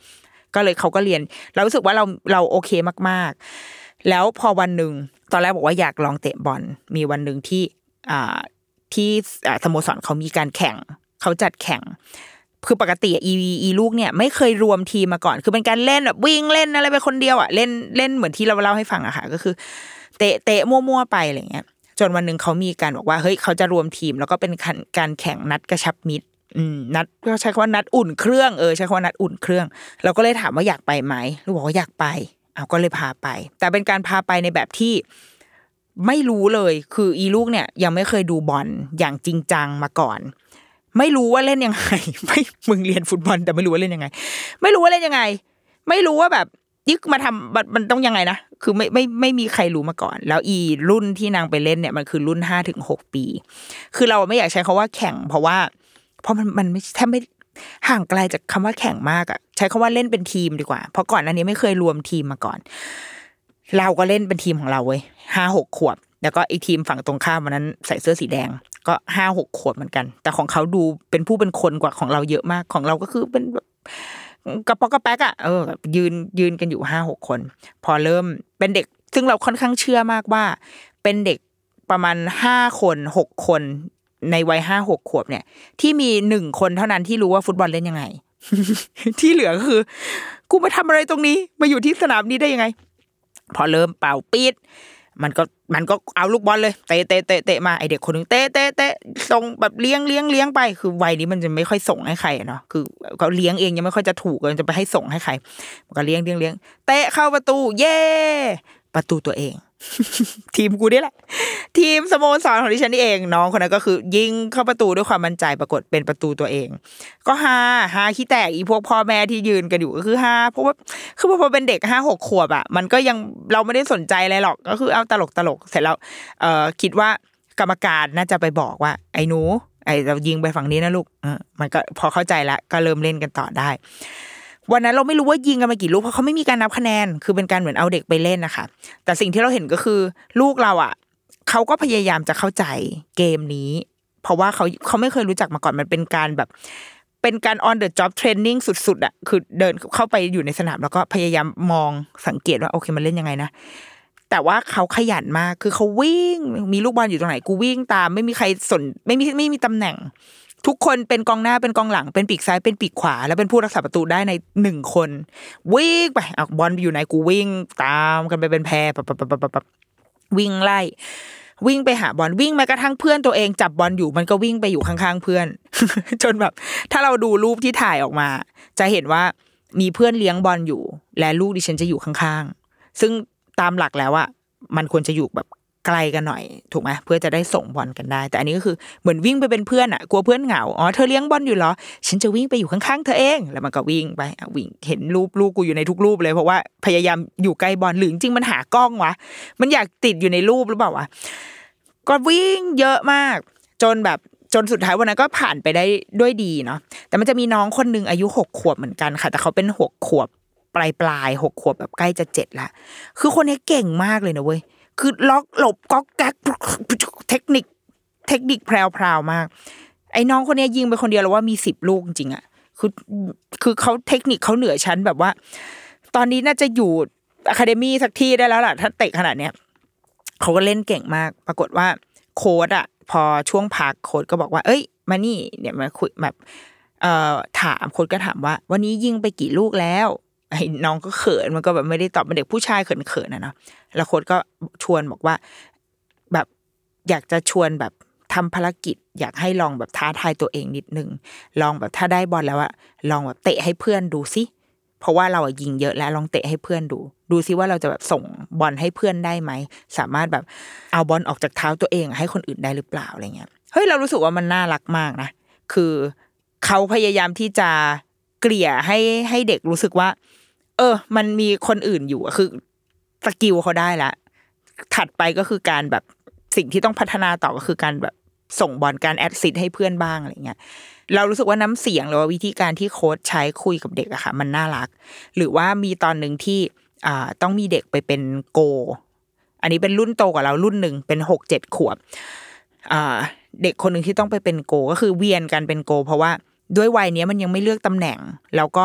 ก็เลยเขาก็เรียนเรารู้สึกว่าเราโอเคมากๆแล้วพอวันนึงตอนแรกบอกว่าอยากลองเตะบอลมีวันนึงที่สโมสรเขามีการแข่งเขาจัดแข่งคือปกติอีลูกเนี่ยไม่เคยรวมทีมมาก่อนคือเป็นการเล่นแบบวิ่งเล่นอะไรไปคนเดียวอ่ะเล่นเหมือนที่เราเล่าให้ฟังอะค่ะก็คือเตะมั่วๆไปอะไรเงี้ยจนวันนึงเขามีการบอกว่าเฮ้ยเขาจะรวมทีมแล้วก็เป็นการแข่งนัดกระชับมิตรนัดก็ใช้คำว่านัดอุ่นเครื่องใช้คำว่านัดอุ่นเครื่องเราก็เลยถามว่าอยากไปไหมลูกบอกว่าอยากไปก็เลยพาไปแต่เป็นการพาไปในแบบที่ไม่รู้เลยคืออีลูกเนี่ยยังไม่เคยดูบอลอย่างจริงจังมาก่อนไม่รู้ว่าเล่นยังไงไม่มึงเรียนฟุตบอลแต่ไม่รู้ว่าเล่นยังไงไม่รู้ว่าเล่นยังไงไม่รู้ว่าแบบยึกมาทำมันต้องยังไงนะคือไม่มีใครรู้มาก่อนแล้วอีรุ่นที่นางไปเล่นเนี่ยมันคือรุ่น 5-6 ปีคือเราไม่อยากใช้คำว่าแข่งเพราะมันไม่แทบไม่ห่างไกลจากคำว่าแข่งมากอ่ะใช้คำว่าเล่นเป็นทีมดีกว่าเพราะก่อนอันนี้ไม่เคยรวมทีมมาก่อนเราก็เล่นเป็นทีมของเราเว้ย 5-6 ขวบแล้วก็ไอ้ทีมฝั่งตรงข้ามวันนั้นใส่เสื้อสีแดงก็ 5-6 ขวบเหมือนกันแต่ของเขาดูเป็นผู้เป็นคนกว่าของเราเยอะมากของเราก็คือเป็นแบบกระป๋อกระแป๊กอ่ะยืนกันอยู่ 5-6 คนพอเริ่มเป็นเด็กซึ่งเราค่อนข้างเชื่อมากว่าเป็นเด็กประมาณ5 คน 6 คนในวัย 5-6 ขวบเนี่ยที่มี1 คนเท่านั้นที่รู้ว่าฟุตบอลเล่นยังไง ที่เหลือก็คือกูมาทำอะไรตรงนี้มาอยู่ที่สนามนี้ได้ยังไงพอเริ่มเป่าปี๊ดมันก็เอาลูกบอลเลยเตะมาไอเด็กคนนึงเตะส่งแบบเลี้ยงไปคือวัยนี้มันจะไม่ค่อยส่งให้ใครเนาะคือเขาเลี้ยงเองยังไม่ค่อยจะถูกเลยจะไปให้ส่งให้ใครมันก็เลี้ยงเตะเข้าประตูเย้ประตูตัวเอง ทีมกูนี่แหละทีมสโมสรของดิฉันนี่เองน้องคนนั้นก็คือยิงเข้าประตูด้วยความมั่นใจปรากฏเป็นประตูตัวเองก็ฮาขี้แตกอีพวกพ่อแม่ที่ยืนกันอยู่ก็คือฮาเพราะว่าคือพอเป็นเด็ก 5-6 ขวบอ่ะมันก็ยังเราไม่ได้สนใจอะไรหรอกก็คือเอาตลกเสร็จแล้วคิดว่ากรรมการน่าจะไปบอกว่าไอ้หนูเรายิงไปฝั่งนี้นะลูกมันก็พอเข้าใจละก็เริ่มเล่นกันต่อได้วันนั้นเราไม่รู้ว่ายิงกันมากี่ลูกเพราะเขาไม่มีการนับคะแนนคือเป็นการเหมือนเอาเด็กไปเล่นนะคะแต่สิ่งที่เราเห็นก็คือลูกเราอ่ะเขาก็พยายามจะเข้าใจเกมนี้เพราะว่าเขาไม่เคยรู้จักมาก่อนมันเป็นการแบบเป็นการ on the job training สุดๆอ่ะคือเดินเข้าไปอยู่ในสนามแล้วก็พยายามมองสังเกตว่าโอเคมันเล่นยังไงนะแต่ว่าเขาขยันมากคือเขาวิ่งมีลูกบอลอยู่ตรงไหนกูวิ่งตามไม่มีใครไม่มีตำแหน่งทุกคนเป็นกองหน้าเป็นกองหลังเป็นปีกซ้ายเป็นปีกขวาแล้วเป็นผู้รักษาประตูได้ใน1 คนวิ่งไปเอาบอลอยู่ไหนกูวิ่งตามกันไปเป็นแพรปั๊บวิ่งไล่วิ่งไปหาบอลวิ่งแม้กระทั่งเพื่อนตัวเองจับบอลอยู่มันก็วิ่งไปอยู่ข้างๆเพื่อน จนแบบถ้าเราดูรูปที่ถ่ายออกมาจะเห็นว่ามีเพื่อนเลี้ยงบอลอยู่และลูกดิฉันจะอยู่ข้างๆซึ่งตามหลักแล้วอะมันควรจะอยู่แบบไกลกันหน่อยถูกไหมเพื่อจะได้ส่งบอลกันได้แต่อันนี้ก็คือเหมือนวิ่งไปเป็นเพื่อนอ่ะกลัวเพื่อนเหงาเธอเลี้ยงบอลอยู่เหรอฉันจะวิ่งไปอยู่ข้างๆเธอเองแล้วมันก็วิ่งไปวิ่งเห็นรูปลูกกูอยู่ในทุกรูปเลยเพราะว่าพยายามอยู่ใกล้บอลหรือจริงมันหากล้องวะมันอยากติดอยู่ในรูปหรือเปล่าวะก็วิ่งเยอะมากจนสุดท้ายวันนั้นก็ผ่านไปได้ด้วยดีเนาะแต่มันจะมีน้องคนนึงอายุ6 ขวบเหมือนกันค่ะแต่เขาเป็น6 ขวบปลาย6 ขวบแบบใกล้จะ7ละคือคนนี้เก่งมากเลยนะเว้ยคือล็อกหลบก๊อกแก๊กเทคนิคแพรวๆมากไอ้น้องคนนี้ยิงไปคนเดียวแล้วว่ามี10 ลูกจริงๆอ่ะคือเขาเทคนิคเขาเหนือชั้นแบบว่าตอนนี้น่าจะอยู่อะคาเดมี่สักที่ได้แล้วล่ะถ้าเตะขนาดเนี้ยเขาก็เล่นเก่งมากปรากฏว่าโค้ชอ่ะพอช่วงพักโค้ชก็บอกว่าเอ้ยมานี่เนี่ยมาคุยแบบถามโค้ชก็ถามว่าวันนี้ยิงไปกี่ลูกแล้วไอ้น้องก็เขินมันก็แบบไม่ได้ตอบเป็นเด็กผู้ชายเขินๆนะเนาะแล้วโค้ชก็ชวนบอกว่าแบบอยากจะชวนแบบทำภารกิจอยากให้ลองแบบท้าทายตัวเองนิดนึงลองแบบถ้าได้บอลแล้วอะลองแบบเตะให้เพื่อนดูสิเพราะว่าเราอะยิงเยอะแล้วลองเตะให้เพื่อนดูสิว่าเราจะแบบส่งบอลให้เพื่อนได้ไหมสามารถแบบเอาบอลออกจากเท้าตัวเองให้คนอื่นได้หรือเปล่าอะไรเงี้ยเฮ้ยเรารู้สึกว่ามันน่ารักมากนะคือเขาพยายามที่จะเกลี่ยให้เด็กรู้สึกว่ามันมีคนอื่นอยู่คือสกิลเขาได้ละถัดไปก็คือการแบบสิ่งที่ต้องพัฒนาต่อก็คือการแบบส่งบอลการแอสซิสต์ให้เพื่อนบ้างอะไรเงี้ยเรารู้สึกว่าน้ำเสียงหรือว่าวิธีการที่โค้ชใช้คุยกับเด็กอะค่ะมันน่ารักหรือว่ามีตอนนึงที่ต้องมีเด็กไปเป็นโกอันนี้เป็นรุ่นโตกว่าเรารุ่นนึงเป็น 6-7 ขวบเด็กคนนึงที่ต้องไปเป็นโกก็คือเวียนกันเป็นโกเพราะว่าด้วยวัยนี้มันยังไม่เลือกตำแหน่งแล้วก็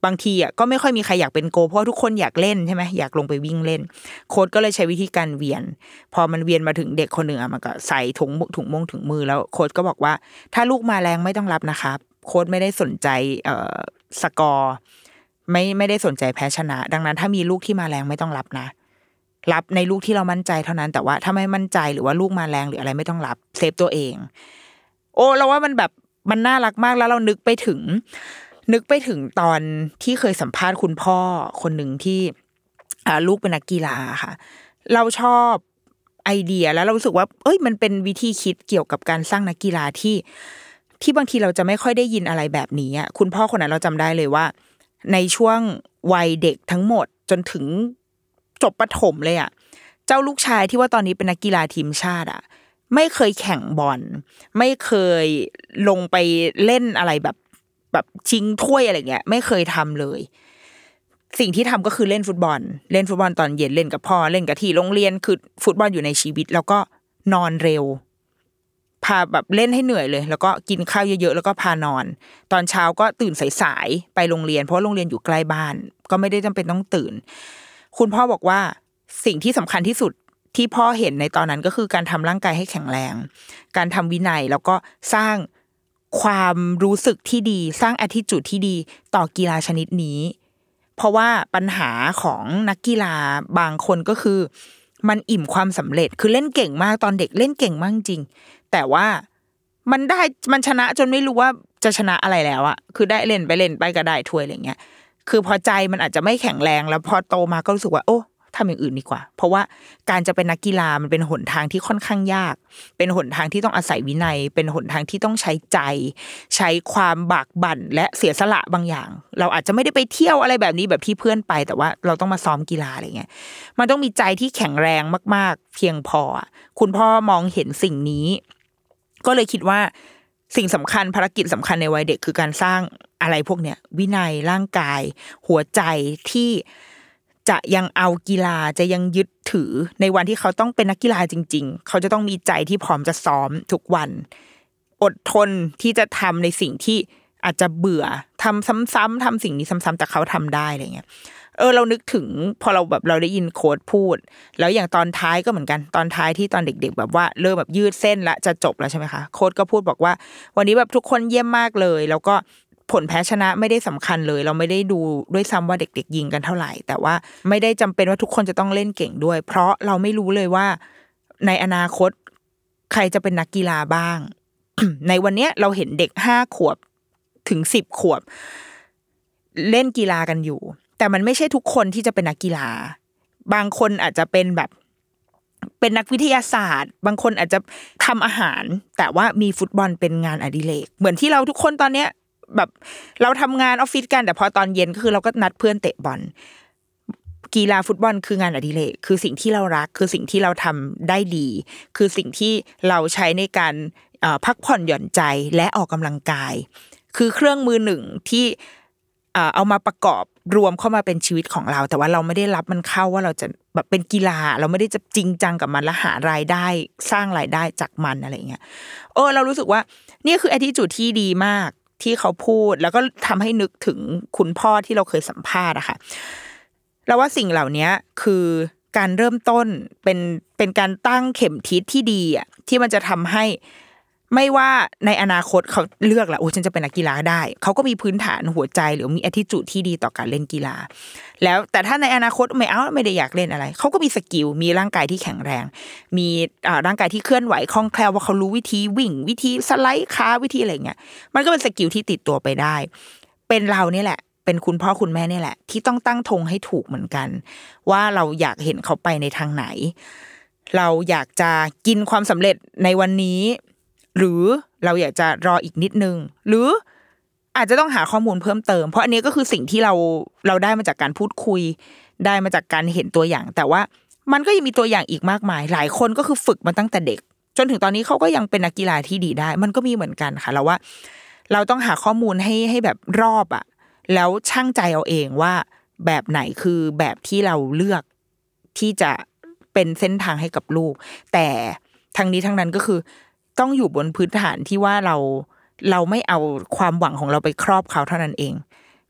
บางทีอ่ะก็ไม่ค่อยมีใครอยากเป็นโกเพราะทุกคนอยากเล่นใช่ไหมอยากลงไปวิ่งเล่นโค้ชก็เลยใช้วิธีการเวียนพอมันเวียนมาถึงเด็กคนหนึ่งอ่ะมันก็ใส่ถุงมือแล้วโค้ชก็บอกว่าถ้าลูกมาแรงไม่ต้องรับนะครับโค้ชไม่ได้สนใจสกอร์ไม่ได้สนใจแพ้ชนะดังนั้นถ้ามีลูกที่มาแรงไม่ต้องรับนะรับในลูกที่เรามั่นใจเท่านั้นแต่ว่าถ้าไม่มั่นใจหรือว่าลูกมาแรงหรืออะไรไม่ต้องรับเซฟตัวเองโอ้เราว่ามันแบบมันน่ารักมากแล้วเรานึกไปถึงตอนที่เคยสัมภาษณ์คุณพ่อคนหนึ่งที่ลูกเป็นนักกีฬาค่ะเราชอบไอเดียแล้วเรารู้สึกว่ามันเป็นวิธีคิดเกี่ยวกับการสร้างนักกีฬาที่บางทีเราจะไม่ค่อยได้ยินอะไรแบบนี้อ่ะคุณพ่อคนนั้นเราจำได้เลยว่าในช่วงวัยเด็กทั้งหมดจนถึงจบประถมเลยอ่ะเจ้าลูกชายที่ว่าตอนนี้เป็นนักกีฬาทีมชาติอ่ะไม่เคยแข่งบอลไม่เคยลงไปเล่นอะไรแบบชิงถ้วยอะไรเงี้ยไม่เคยทำเลยสิ่งที่ทำก็คือเล่นฟุตบอลตอนเย็นเล่นกับพ่อเล่นกับที่โรงเรียนคือฟุตบอลอยู่ในชีวิตแล้วก็นอนเร็วพาแบบเล่นให้เหนื่อยเลยแล้วก็กินข้าวเยอะๆแล้วก็พานอนตอนเช้าก็ตื่นสายๆไปโรงเรียนเพราะโรงเรียนอยู่ใกล้บ้านก็ไม่ได้จำเป็นต้องตื่นคุณพ่อบอกว่าสิ่งที่สำคัญที่สุดที่พ่อเห็นในตอนนั้นก็คือการทำร่างกายให้แข็งแรงการทำวินัยแล้วก็สร้างความรู้สึกที่ดีสร้าง attitude ที่ดีต่อกีฬาชนิดนี้เพราะว่าปัญหาของนักกีฬาบางคนก็คือมันอิ่มความสำเร็จคือเล่นเก่งมากตอนเด็กเล่นเก่งมากจริงแต่ว่ามันชนะจนไม่รู้ว่าจะชนะอะไรแล้วอะคือได้เล่นไปก็ได้ถ้วยอะไรเงี้ยคือพอใจมันอาจจะไม่แข็งแรงแล้วพอโตมาก็รู้สึกว่าโอ้ทำอย่างอื่นดีกว่าเพราะว่าการจะเป็นนักกีฬามันเป็นหนทางที่ค่อนข้างยากเป็นหนทางที่ต้องอาศัยวินัยเป็นหนทางที่ต้องใช้ใจใช้ความบากบั่นและเสียสละบางอย่างเราอาจจะไม่ได้ไปเที่ยวอะไรแบบนี้แบบที่เพื่อนไปแต่ว่าเราต้องมาซ้อมกีฬาอะไรเงี้ยมันต้องมีใจที่แข็งแรงมากๆเพียงพอคุณพ่อมองเห็นสิ่งนี้ก็เลยคิดว่าสิ่งสำคัญภารกิจสำคัญในวัยเด็กคือการสร้างอะไรพวกเนี้ยวินัยร่างกายหัวใจที่จะยังเอากีฬาจะยังยึดถือในวันที่เขาต้องเป็นนักกีฬาจริงๆเขาจะต้องมีใจที่พร้อมจะซ้อมทุกวันอดทนที่จะทำในสิ่งที่อาจจะเบื่อทำซ้ำๆทำสิ่งนี้ซ้ำๆแต่เขาทำได้อะไรเงี้ยเรานึกถึงพอเราได้ยินโค้ชพูดแล้วอย่างตอนท้ายก็เหมือนกันตอนท้ายที่ตอนเด็กๆแบบว่าเริ่มแบบยืดเส้นละจะจบแล้วใช่ไหมคะโค้ชก็พูดบอกว่าวันนี้แบบทุกคนเยี่ยมมากเลยแล้วก็ผลแพ้ชนะไม่ได้สำคัญเลยเราไม่ได้ดูด้วยซ้ำว่าเด็กๆยิงกันเท่าไหร่แต่ว่าไม่ได้จำเป็นว่าทุกคนจะต้องเล่นเก่งด้วยเพราะเราไม่รู้เลยว่าในอนาคตใครจะเป็นนักกีฬาบ้าง ในวันนี้เราเห็นเด็ก5 ขวบถึง10 ขวบเล่นกีฬากันอยู่แต่มันไม่ใช่ทุกคนที่จะเป็นนักกีฬาบางคนอาจจะเป็นแบบเป็นนักวิทยาศาสตร์บางคนอาจจะทำอาหารแต่ว่ามีฟุตบอลเป็นงานอดิเรกเหมือนที่เราทุกคนตอนเนี้ยแบบเราทำงานออฟฟิศกันแต่พอตอนเย็นก็คือเราก็นัดเพื่อนเตะบอลกีฬาฟุตบอลคืองานอดิเรกคือสิ่งที่เรารักคือสิ่งที่เราทำได้ดีคือสิ่งที่เราใช้ในการพักผ่อนหย่อนใจและออกกำลังกายคือเครื่องมือหนึ่งที่เอามาประกอบรวมเข้ามาเป็นชีวิตของเราแต่ว่าเราไม่ได้รับมันเข้าว่าเราจะแบบเป็นกีฬาเราไม่ได้จะจริงจังกับมันและหารายได้สร้างรายได้จากมันอะไรเงี้ยเรารู้สึกว่านี่คือ attitude ที่ดีมากที่เขาพูดแล้วก็ทำให้นึกถึงคุณพ่อที่เราเคยสัมภาษณ์อะค่ะแล้วว่าสิ่งเหล่านี้คือการเริ่มต้นเป็นการตั้งเข็มทิศที่ดีอะที่มันจะทำให้ไม่ว่าในอนาคตเขาเลือกละฉันจะเป็นนักกีฬาได้เขาก็มีพื้นฐานหัวใจหรือมี attitude ที่ดีต่อการเล่นกีฬาแล้วแต่ถ้าในอนาคตไม่ได้อยากเล่นอะไรเขาก็มีสกิลมีร่างกายที่แข็งแรงมีร่างกายที่เคลื่อนไหวคล่องแคล่วว่าเขารู้วิธีวิ่งวิธีสไลด์ขาวิธีอะไรเงี้ยมันก็เป็นสกิลที่ติดตัวไปได้เป็นเราเนี่ยแหละเป็นคุณพ่อคุณแม่เนี่ยแหละที่ต้องตั้งธงให้ถูกเหมือนกันว่าเราอยากเห็นเขาไปในทางไหนเราอยากจะกินความสำเร็จในวันนี้หรือเราอยากจะรออีกนิดนึงหรืออาจจะต้องหาข้อมูลเพิ่มเติมเพราะอันนี้ก็คือสิ่งที่เราได้มาจากการพูดคุยได้มาจากการเห็นตัวอย่างแต่ว่ามันก็ยังมีตัวอย่างอีกมากมายหลายคนก็คือฝึกมาตั้งแต่เด็กจนถึงตอนนี้เขาก็ยังเป็นนักกีฬาที่ดีได้มันก็มีเหมือนกันค่ะเราว่าเราต้องหาข้อมูลให้แบบรอบอ่ะแล้วชั่งใจเอาเองว่าแบบไหนคือแบบที่เราเลือกที่จะเป็นเส้นทางให้กับลูกแต่ทั้งนี้ทั้งนั้นก็คือต้องอยู่บนพื้นฐานที่ว่าเราไม่เอาความหวังของเราไปครอบเขาเท่านั้นเอง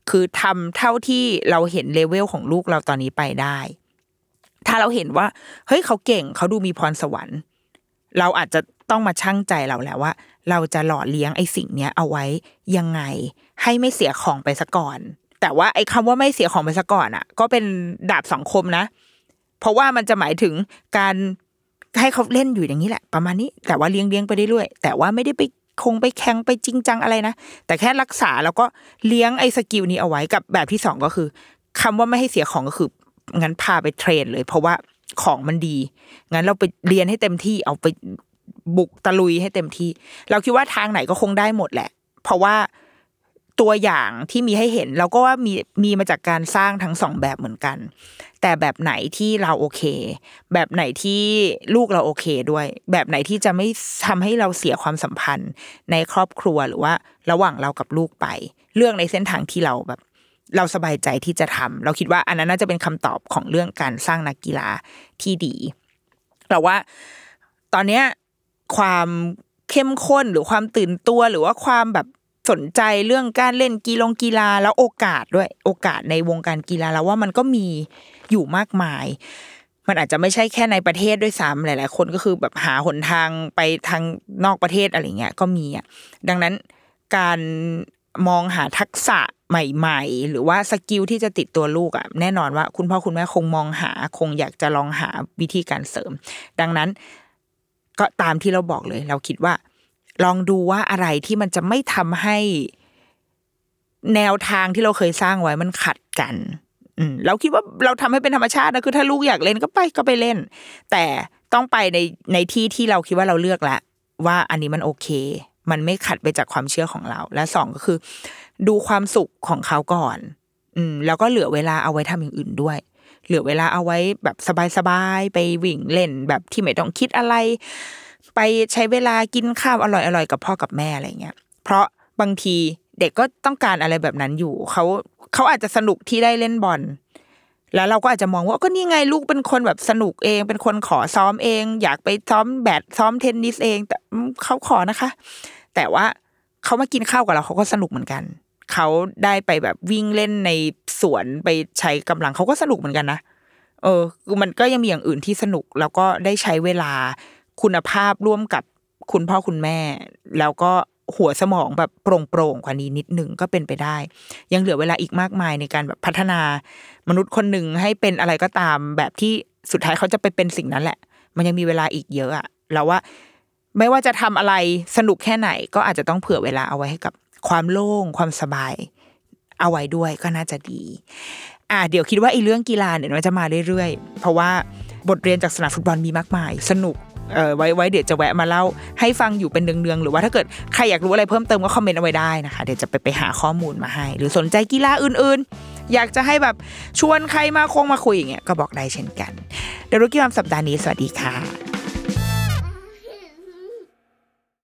คือทำเท่าที่เราเห็นเลเวลของลูกเราตอนนี้ไปได้ถ้าเราเห็นว่าเฮ้ยเขาเก่งเขาดูมีพรสวรรค์เราอาจจะต้องมาชั่งใจเราแล้วว่าเราจะหล่อเลี้ยงไอ้สิ่งเนี้ยเอาไว้ยังไงให้ไม่เสียของไปซะก่อนแต่ว่าไอ้คำว่าไม่เสียของไปซะก่อนอ่ะก็เป็นดาบสองคมนะเพราะว่ามันจะหมายถึงการให้เขาเล่นอยู่อย่างนี้แหละประมาณนี้แต่ว่าเลี้ยงไปเรื่อยๆแต่ว่าไม่ได้ไปคงไปแข่งไปจริงจังอะไรนะแต่แค่รักษาแล้วก็เลี้ยงไอ้สกิลนี้เอาไว้กับแบบที่2ก็คือคำว่าไม่ให้เสียของก็คืองั้นพาไปเทรนเลยเพราะว่าของมันดีงั้นเราไปเรียนให้เต็มที่เอาไปบุกตะลุยให้เต็มที่เราคิดว่าทางไหนก็คงได้หมดแหละเพราะว่าตัวอย่างที่มีให้เห็นเราก็ว่ามีมาจากการสร้างทั้ง2แบบเหมือนกันแต่แบบไหนที่เราโอเคแบบไหนที่ลูกเราโอเคด้วยแบบไหนที่จะไม่ทำให้เราเสียความสัมพันธ์ในครอบครัวหรือว่าระหว่างเรากับลูกไปเรื่องในเส้นทางที่เราแบบเราสบายใจที่จะทำเราคิดว่าอันนั้นน่าจะเป็นคำตอบของเรื่องการสร้างนักกีฬาที่ดีแต่ว่าตอนเนี้ยความเข้มข้นหรือความตื่นตัวหรือว่าความแบบสนใจเรื่องการเล่นกีฬาแล้วโอกาสด้วยโอกาสในวงการกีฬาแล้วว่ามันก็มีอยู่มากมายมันอาจจะไม่ใช่แค่ในประเทศด้วยซ้ำหลายๆคนก็คือแบบหาหนทางไปทางนอกประเทศอะไรเงี้ยก็มีอ่ะดังนั้นการมองหาทักษะใหม่ๆหรือว่าสกิลที่จะติดตัวลูกอ่ะแน่นอนว่าคุณพ่อคุณแม่คงมองหาคงอยากจะลองหาวิธีการเสริมดังนั้นก็ตามที่เราบอกเลยเราคิดว่าลองดูว่าอะไรที่มันจะไม่ทำให้แนวทางที่เราเคยสร้างไว้มันขัดกันเราคิดว่าเราทำให้เป็นธรรมชาตินะคือถ้าลูกอยากเล่นก็ไปเล่นแต่ต้องไปในที่ที่เราคิดว่าเราเลือกแล้วว่าอันนี้มันโอเคมันไม่ขัดไปจากความเชื่อของเราและ2ก็คือดูความสุขของเขาก่อนแล้วก็เหลือเวลาเอาไว้ทำอย่างอื่นด้วยเหลือเวลาเอาไว้แบบสบายๆไปวิ่งเล่นแบบที่ไม่ต้องคิดอะไรไปใช้เวลากินข้าวอร่อยๆกับพ่อกับแม่อะไรเงี้ยเพราะบางทีเด็กก็ต้องการอะไรแบบนั้นอยู่เขาอาจจะสนุกที่ได้เล่นบอลแล้วเราก็อาจจะมองว่าก็นี่ไงลูกเป็นคนแบบสนุกเองเป็นคนขอซ้อมเองอยากไปซ้อมแบดซ้อมเทนนิสเองแต่เขาขอนะคะแต่ว่าเขามากินข้าวกับเราเขาก็สนุกเหมือนกันเขาได้ไปแบบวิ่งเล่นในสวนไปใช้กำลังเขาก็สนุกเหมือนกันนะคือมันก็ยังมีอย่างอื่นที่สนุกแล้วก็ได้ใช้เวลาคุณภาพร่วมกับคุณพ่อคุณแม่แล้วก็หัวสมองแบบโปร่งกว่านี้นิดนึงก็เป็นไปได้ยังเหลือเวลาอีกมากมายในการแบบพัฒนามนุษย์คนหนึ่งให้เป็นอะไรก็ตามแบบที่สุดท้ายเขาจะไปเป็นสิ่งนั้นแหละมันยังมีเวลาอีกเยอะอะแล้วว่าไม่ว่าจะทำอะไรสนุกแค่ไหนก็อาจจะต้องเผื่อเวลาเอาไว้ให้กับความโล่งความสบายเอาไว้ด้วยก็น่าจะดีเดี๋ยวคิดว่าไอ้เรื่องกีฬาเนี่ยมันจะมาเรื่อยๆเพราะว่าบทเรียนจากสนามฟุตบอลมีมากมายสนุกไว้เดี๋ยวจะแวะมาเล่าให้ฟังอยู่เป็นเนืองๆหรือว่าถ้าเกิดใครอยากรู้อะไรเพิ่มเติมก็คอมเมนต์เอาไว้ได้นะคะเดี๋ยวจะไปหาข้อมูลมาให้หรือสนใจกีฬาอื่นๆอยากจะให้แบบชวนใครมาคุยอย่างเงี้ยก็บอกได้เช่นกันเดี๋ยวรู้กี่วันสัปดาห์นี้สวัสดีค่ะ